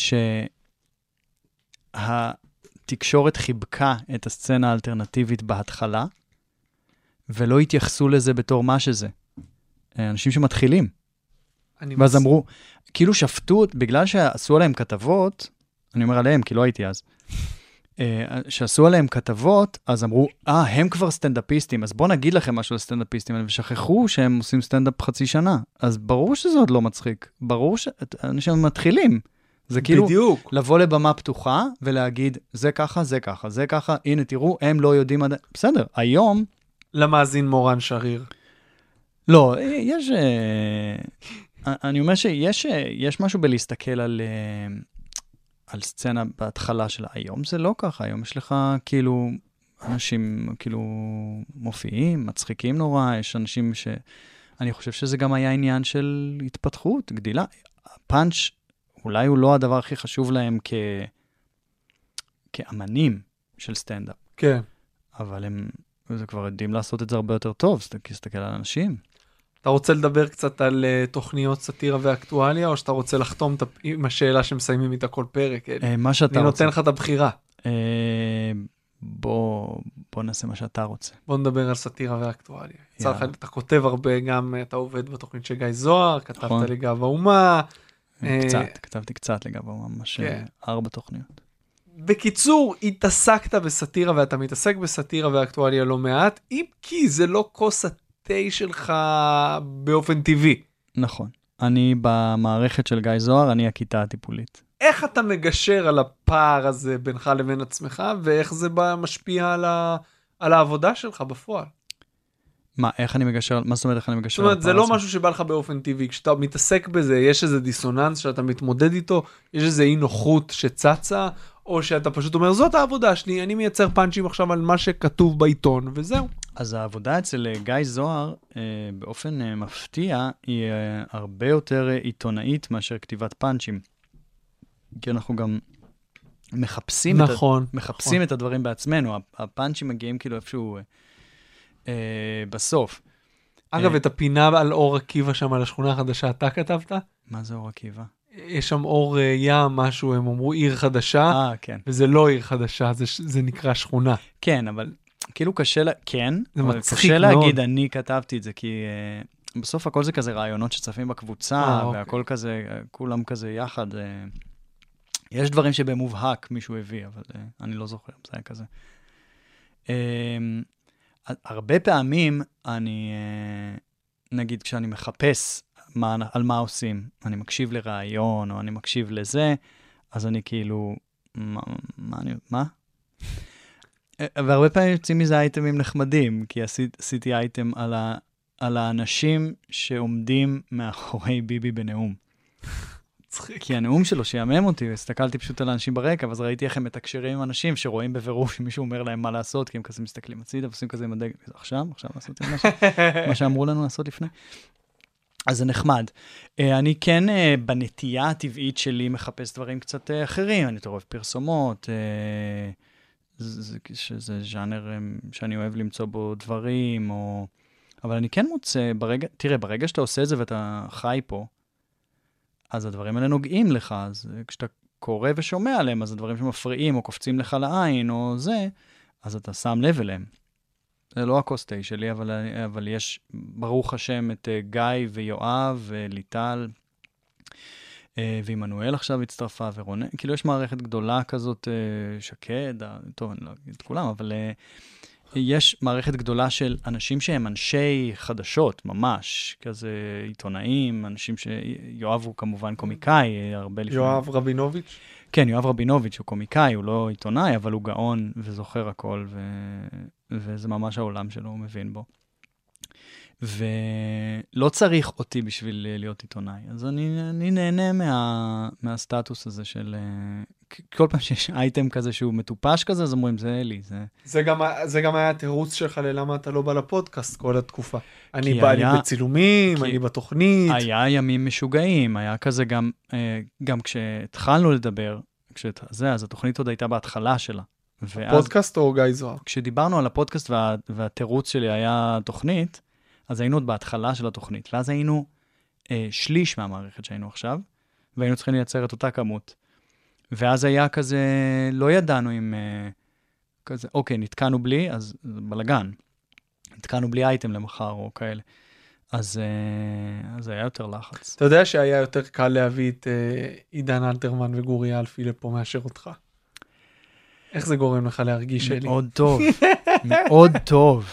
שהתקשורת חיבקה את הסצנה האלטרנטיבית בהתחלה, ולא התייחסו לזה בתור מה שזה. אנשים שמתחילים. ואז מס... אמרו, כאילו שפטו, בגלל שעשו עליהם כתבות, אני אומר עליהם, כי לא הייתי אז, שעשו עליהם כתבות, אז אמרו, אה, הם כבר סטנדאפיסטים, אז בואו נגיד לכם משהו על סטנדאפיסטים, ושכחו שהם עושים סטנדאפ חצי שנה. אז ברור שזה עוד לא מצחיק. ברור שאנשים מתחילים. זה כאילו בדיוק. לבוא לבמה פתוחה, ולהגיד, זה ככה, זה ככה, זה ככה, הנה תראו, הם לא יודעים עד... בסדר, היום... למאזין מורן שריר. לא, יש... אני אומר שיש יש משהו בלהסתכל על... על סצנה בהתחלה של היום, זה לא ככה, היום יש לך כאילו, אנשים כאילו מופיעים, מצחיקים נורא, יש אנשים ש... אני חושב שזה גם היה עניין של התפתחות, גדילה. הפאנץ' אולי הוא לא הדבר הכי חשוב להם כ... כאמנים של סטנדאפ. כן. אבל הם, זה כבר יודעים לעשות את זה הרבה יותר טוב, תסתכל על אנשים. אתה רוצה לדבר קצת על uh, תוכניות סאטירה ואקטואליה, או שאתה רוצה לחתום ת... עם השאלה שמסיימים איתה כל פרק? Uh, מה שאתה אני רוצה. נותן לך את הבחירה. Uh, בוא, בוא נעשה מה שאתה רוצה. בוא נדבר על סאטירה ואקטואליה. Yeah. לך, אתה כותב הרבה, גם אתה עובד בתוכנית של גיא זוהר, כתבת נכון. לגב האומה. קצת, uh, כתבתי קצת לגב האומה, ממש yeah. ארבע תוכניות. בקיצור, התעסקת בסאטירה, ואתה מתעסק בסאטירה ואקטואליה לא מעט, אם כי זה לא כוס התה שלך באופן טבעי. נכון. אני במערכת של גיא זוהר, אני הכיתה הטיפולית. איך אתה מגשר על הפער הזה בינך לבין עצמך, ואיך זה משפיע על, ה... על העבודה שלך בפועל? מה, איך אני מגשר, מה זאת אומרת איך אני מגשר? זאת אומרת, זה לא משהו שבא לך באופן טבעי, כשאתה מתעסק בזה, יש איזה דיסוננס שאתה מתמודד איתו, יש איזה אי נוחות שצצה, או שאתה פשוט אומר, זאת העבודה שלי, אני מייצר פאנצ'ים עכשיו על מה שכתוב בעיתון, וזהו. אז העבודה אצל גיא זוהר, אה, באופן אה, מפתיע, היא אה, הרבה יותר אה, עיתונאית מאשר כתיבת פאנצ'ים. כי אנחנו גם מחפשים, נכון, את, מחפשים נכון. את הדברים בעצמנו, הפאנצ'ים מגיעים כאילו איפשהו אה, בסוף. אגב, אה, את הפינה על אור עקיבא שם, על השכונה החדשה, אתה כתבת? מה זה אור עקיבא? יש שם אור ים, משהו, הם אמרו עיר חדשה, אה, כן. וזה לא עיר חדשה, זה, זה נקרא שכונה. כן, אבל כאילו קשה, לה, כן, זה אבל מצחיק קשה מאוד. להגיד, אני כתבתי את זה, כי uh, בסוף הכל זה כזה רעיונות שצפים בקבוצה, אה, והכל אוקיי. כזה, כולם כזה יחד. Uh, יש דברים שבמובהק מישהו הביא, אבל uh, אני לא זוכר, זה היה כזה. Uh, הרבה פעמים אני, uh, נגיד, כשאני מחפש מה, על מה עושים, אני מקשיב לרעיון, או אני מקשיב לזה, אז אני כאילו, מה, מה אני, מה? והרבה פעמים יוצאים מזה אייטמים נחמדים, כי עשית, עשיתי אייטם על, ה, על האנשים שעומדים מאחורי ביבי בנאום. כי הנאום שלו שיאמם אותי, הסתכלתי פשוט על האנשים ברקע, ואז ראיתי איך הם מתקשרים עם אנשים שרואים בבירור שמישהו אומר להם מה לעשות, כי הם כזה מסתכלים הצידה, ועושים כזה עם הדגל, עכשיו, עכשיו לעשות משהו, מה שאמרו לנו לעשות לפני. אז זה נחמד. אני כן בנטייה הטבעית שלי מחפש דברים קצת אחרים, אני אוהב פרסומות, זה, שזה ז'אנר שאני אוהב למצוא בו דברים, או... אבל אני כן מוצא, ברגע, תראה, ברגע שאתה עושה את זה ואתה חי פה, אז הדברים האלה נוגעים לך, אז כשאתה קורא ושומע עליהם, אז הדברים שמפריעים או קופצים לך לעין או זה, אז אתה שם לב אליהם. זה לא הקוסטי שלי, אבל, אבל יש, ברוך השם, את גיא ויואב וליטל, ואימנואל עכשיו הצטרפה, ורונן, כאילו יש מערכת גדולה כזאת, שקד, טוב, אני לא אגיד את כולם, אבל יש מערכת גדולה של אנשים שהם אנשי חדשות, ממש, כזה עיתונאים, אנשים ש... יואב הוא כמובן קומיקאי, הרבה לפני... יואב רבינוביץ'? כן, יואב רבינוביץ' הוא קומיקאי, הוא לא עיתונאי, אבל הוא גאון וזוכר הכל, ו... וזה ממש העולם שלו, הוא מבין בו. ולא צריך אותי בשביל להיות עיתונאי. אז אני, אני נהנה מה, מהסטטוס הזה של... כל פעם שיש אייטם כזה שהוא מטופש כזה, אז אומרים, זה אלי, זה... זה גם, זה גם היה התירוץ שלך ללמה אתה לא בא לפודקאסט כל התקופה. אני בא היה, לי בצילומים, אני בתוכנית. היה ימים משוגעים, היה כזה גם, גם כשהתחלנו לדבר, כשזה, אז התוכנית עוד הייתה בהתחלה שלה. ואז, פודקאסט או גיא זוהר? כשדיברנו על הפודקאסט וה, והתירוץ שלי היה תוכנית, אז היינו עוד בהתחלה של התוכנית, ואז היינו אה, שליש מהמערכת שהיינו עכשיו, והיינו צריכים לייצר את אותה כמות. ואז היה כזה, לא ידענו אם אה, כזה, אוקיי, נתקענו בלי, אז בלגן. נתקענו בלי אייטם למחר או כאלה. אז, אה, אז היה יותר לחץ. אתה יודע שהיה יותר קל להביא את אה, עידן אלתרמן וגורי אלפי לפה מאשר אותך? איך זה גורם לך להרגיש שלי? מאוד טוב, מאוד טוב.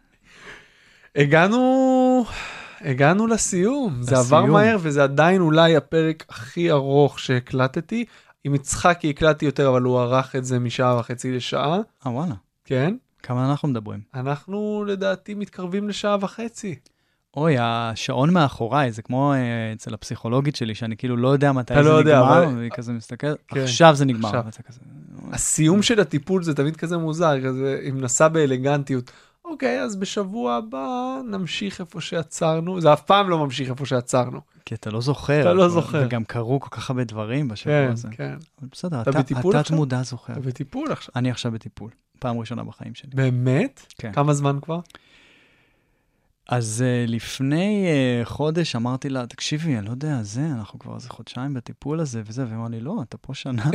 הגענו, הגענו לסיום. זה עבר מהר וזה עדיין אולי הפרק הכי ארוך שהקלטתי. עם יצחקי הקלטתי יותר, אבל הוא ערך את זה משעה וחצי לשעה. אה, וואלה. כן. כמה אנחנו מדברים? אנחנו לדעתי מתקרבים לשעה וחצי. אוי, השעון מאחוריי, זה כמו uh, אצל הפסיכולוגית שלי, שאני כאילו לא יודע מתי זה לא יודע, נגמר, אבל... והיא כזה מסתכלת, כן. עכשיו זה נגמר. עכשיו. כזה... הסיום של הטיפול זה תמיד כזה מוזר, כזה, אם נסע באלגנטיות. אוקיי, אז בשבוע הבא נמשיך איפה שעצרנו. זה אף פעם לא ממשיך איפה שעצרנו. כי אתה לא זוכר. אתה לא זוכר. וגם קרו כל כך הרבה דברים בשבוע כן, הזה. כן. אבל בסדר, אתה אתה, בטיפול אתה עכשיו? תמודע זוכר. אתה בטיפול עכשיו. אני עכשיו בטיפול. פעם ראשונה בחיים שלי. באמת? כן. כמה זמן כבר? אז uh, לפני uh, חודש אמרתי לה, תקשיבי, אני לא יודע, זה, אנחנו כבר איזה חודשיים בטיפול הזה וזה, ואמר לי, לא, אתה פה שנה.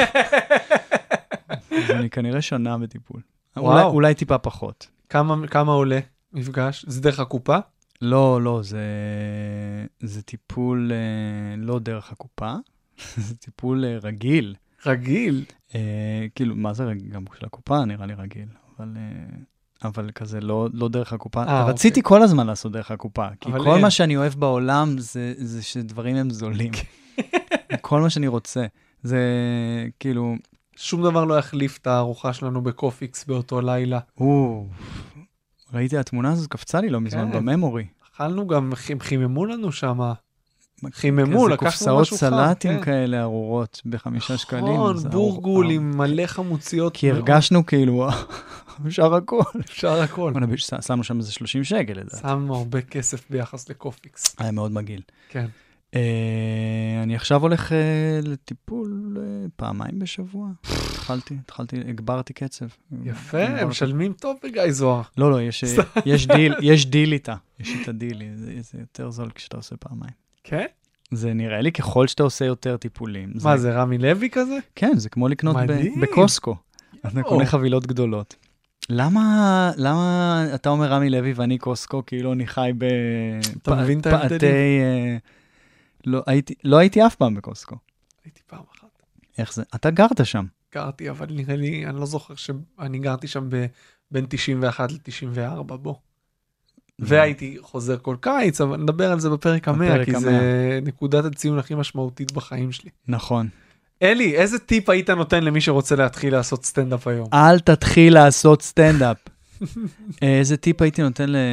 אז אני כנראה שנה בטיפול. אולי, אולי טיפה פחות. כמה, כמה עולה מפגש? זה דרך הקופה? לא, לא, זה, זה טיפול uh, לא דרך הקופה, זה טיפול uh, רגיל. רגיל? Uh, כאילו, מה זה רגיל? גם של הקופה נראה לי רגיל, אבל... Uh, אבל כזה לא, לא דרך הקופה. 아, רציתי אוקיי. כל הזמן לעשות דרך הקופה, כי כל אין. מה שאני אוהב בעולם זה, זה שדברים הם זולים. כל מה שאני רוצה. זה כאילו... שום דבר לא יחליף את הארוחה שלנו בקופיקס באותו לילה. או, ראיתי, התמונה הזאת קפצה לי לא מזמן כן. בממורי. אכלנו גם, הם חיממו לנו שם. חיממו, לקחנו משהו חם. כזה קופסאות סלטים כאלה ארורות בחמישה שקלים. נכון, בורגול עם מלא חמוציות. כי הרגשנו כאילו, אפשר הכל. אפשר הכל. שמנו שם איזה שלושים שקל, לדעת. שמנו הרבה כסף ביחס לקופיקס. היה מאוד מגעיל. כן. אני עכשיו הולך לטיפול פעמיים בשבוע. התחלתי, התחלתי, הגברתי קצב. יפה, הם משלמים טוב בגיא זוהר. לא, לא, יש דיל, יש דיל איתה. יש איתה דיל, זה יותר זול כשאתה עושה פעמיים. כן? זה נראה לי ככל שאתה עושה יותר טיפולים. מה, זה רמי לוי כזה? כן, זה כמו לקנות בקוסקו. אתה קונה חבילות גדולות. למה, למה אתה אומר רמי לוי ואני קוסקו, כאילו אני חי בפאתי... לא הייתי, לא הייתי אף פעם בקוסקו. הייתי פעם אחת. איך זה? אתה גרת שם. גרתי, אבל נראה לי, אני לא זוכר שאני גרתי שם בין תשעים ואחת ל-תשעים וארבע, בו. והייתי חוזר כל קיץ, אבל נדבר על זה בפרק המאה, כי זה נקודת הציון הכי משמעותית בחיים שלי. נכון. אלי, איזה טיפ היית נותן למי שרוצה להתחיל לעשות סטנדאפ היום? אל תתחיל לעשות סטנדאפ. איזה טיפ הייתי נותן ל...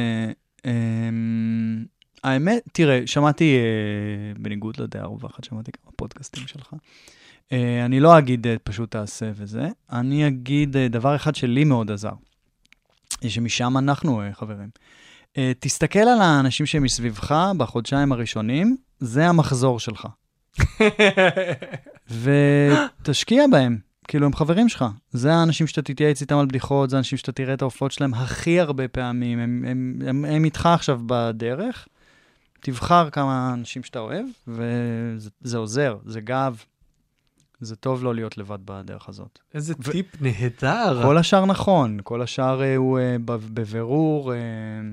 האמת, תראה, שמעתי, בניגוד לדעה הרווחת, שמעתי כמה פודקאסטים שלך. אני לא אגיד פשוט תעשה וזה, אני אגיד דבר אחד שלי מאוד עזר. שמשם אנחנו חברים. תסתכל על האנשים שמסביבך בחודשיים הראשונים, זה המחזור שלך. ותשקיע בהם, כאילו הם חברים שלך. זה האנשים שאתה תתייעץ איתם על בדיחות, זה האנשים שאתה תראה את ההופעות שלהם הכי הרבה פעמים, הם, הם, הם, הם איתך עכשיו בדרך, תבחר כמה אנשים שאתה אוהב, וזה זה עוזר, זה גב, זה טוב לא להיות לבד בדרך הזאת. איזה ו... טיפ נהדר. כל השאר נכון, כל השאר uh, הוא uh, בבירור, uh,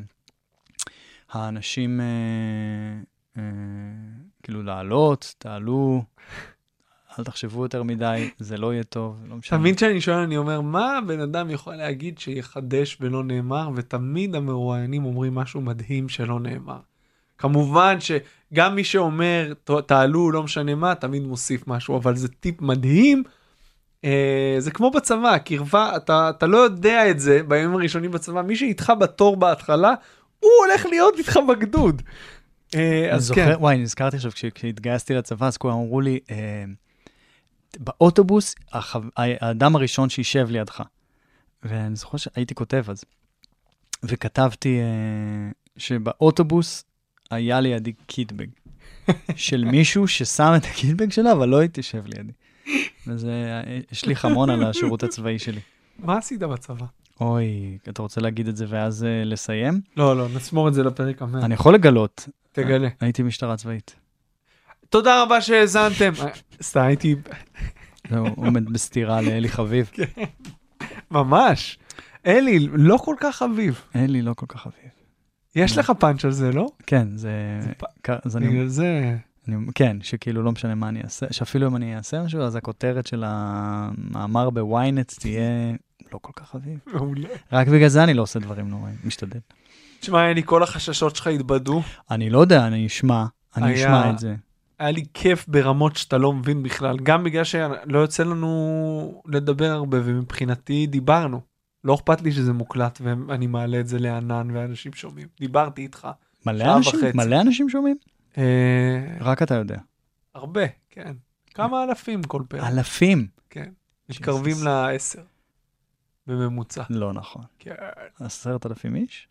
האנשים uh, uh, כאילו לעלות, תעלו, אל תחשבו יותר מדי, זה לא יהיה טוב, לא משנה. תמיד כשאני שואל, אני אומר, מה בן אדם יכול להגיד שיחדש ולא נאמר, ותמיד המרואיינים אומרים משהו מדהים שלא נאמר. כמובן שגם מי שאומר, תעלו, לא משנה מה, תמיד מוסיף משהו, אבל זה טיפ מדהים. אה, זה כמו בצבא, קרבה, אתה, אתה לא יודע את זה בימים הראשונים בצבא, מי שאיתך בתור בהתחלה, הוא הולך להיות איתך בגדוד. אה, אני אז זוכר, כן. וואי, נזכרתי עכשיו, כש- כשהתגייסתי לצבא, אז כולם אמרו לי, אה, באוטובוס, החב- האדם הראשון שישב לידך. ואני זוכר שהייתי כותב אז. וכתבתי אה, שבאוטובוס היה לידי קיטבג. של מישהו ששם את הקיטבג שלו, אבל לא התיישב לידי. וזה השליך המון על השירות הצבאי שלי. מה עשית בצבא? אוי, אתה רוצה להגיד את זה ואז אה, לסיים? לא, לא, נשמור את זה לפרק המאה. אני יכול לגלות. תגלה. הייתי משטרה צבאית. תודה רבה שהאזנתם. אה, סתם, הייתי זהו, עומד בסתירה לאלי חביב. ממש. אלי, לא כל כך חביב. אלי לא כל כך חביב. יש לך פאנץ' על זה, לא? כן, זה... כ- אז אני... בגלל זה... אני- כן, שכאילו לא משנה מה אני אעשה, שאפילו אם אני אעשה משהו, אז הכותרת של המאמר בוויינט תהיה לא כל כך חביב. מעולה. רק בגלל זה אני לא עושה דברים נוראים, משתדל. תשמע, אלי, כל החששות שלך התבדו. אני לא יודע, אני אשמע, אני היה- אשמע את זה. היה לי כיף ברמות שאתה לא מבין בכלל, גם בגלל שלא יוצא לנו לדבר הרבה, ומבחינתי דיברנו. לא אכפת לי שזה מוקלט, ואני מעלה את זה לענן, ואנשים שומעים. דיברתי איתך. מלא שעה אנשים, וחצי. מלא אנשים שומעים? אה, רק אתה יודע. הרבה, כן. כמה אלפים כל פרק. אלפים. כן. מתקרבים Jesus. לעשר. בממוצע. לא נכון. כן. עשרת אלפים איש?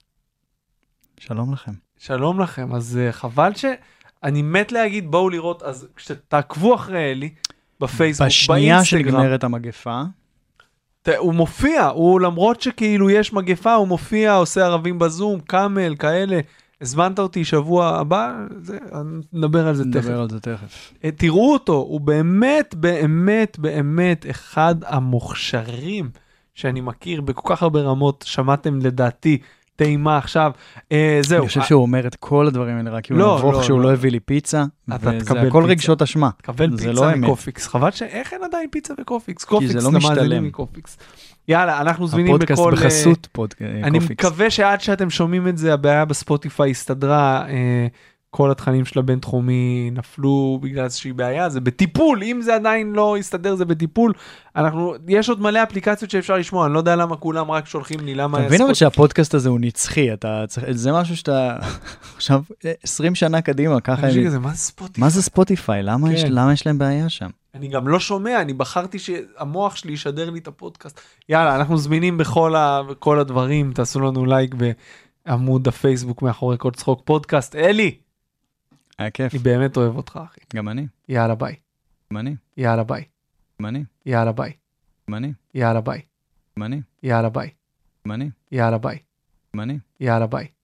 שלום לכם. שלום לכם. אז uh, חבל ש... אני מת להגיד, בואו לראות, אז כשתעקבו אחרי אלי, בפייסבוק, בשנייה באינסטגרם, שנגמרת המגפה, ת- הוא מופיע, הוא למרות שכאילו יש מגפה, הוא מופיע, עושה ערבים בזום, קאמל, כאלה. הזמנת אותי שבוע הבא, זה, נדבר על זה תכף. נדבר על זה תכף. אה, תראו אותו, הוא באמת, באמת, באמת אחד המוכשרים שאני מכיר בכל כך הרבה רמות, שמעתם לדעתי טעימה עכשיו, אה, זהו. אני חושב שהוא אומר את כל הדברים האלה, רק כי הוא לא, נבוך לא, שהוא לא. לא הביא לי פיצה, אתה וזה תקבל הכל פיצה. רגשות אשמה. תקבל זה פיצה לא אמת. מקופיקס, חבל ש... איך אין עדיין פיצה וקופיקס? קופיקס, זה לא למאזינים משתלם. מקופיקס. יאללה, אנחנו זמינים הפודקאסט בכל... בחסות אה, פוד- אני קופיקס. מקווה שעד שאתם שומעים את זה, הבעיה בספוטיפיי הסתדרה, אה, כל התכנים של הבינתחומי נפלו בגלל איזושהי בעיה, זה בטיפול, אם זה עדיין לא יסתדר זה בטיפול, אנחנו, יש עוד מלא אפליקציות שאפשר לשמוע, אני לא יודע למה כולם רק שולחים לי, למה... אתה מבין אבל שהפודקאסט הזה הוא נצחי, אתה צריך, זה משהו שאתה עכשיו עשרים שנה קדימה, ככה אני הם... חושב, מה זה ספוטיפיי? מה זה ספוטיפיי? למה יש- כן. למה יש להם בעיה שם? אני גם לא שומע, אני בחרתי שהמוח שלי ישדר לי את הפודקאסט. יאללה, אנחנו זמינים בכל, ה... בכל הדברים, תעשו לנו לייק בעמוד הפייסבוק מאחורי כל צחוק פודקאסט. אלי, היה כיף, אני באמת אוהב אותך, אחי. גם אני, יאללה ביי. גם אני, יאללה ביי. גם אני, יאללה ביי. גם אני, יאללה ביי. גם אני, יאללה ביי. גם אני, יאללה ביי. גם אני. יאללה ביי.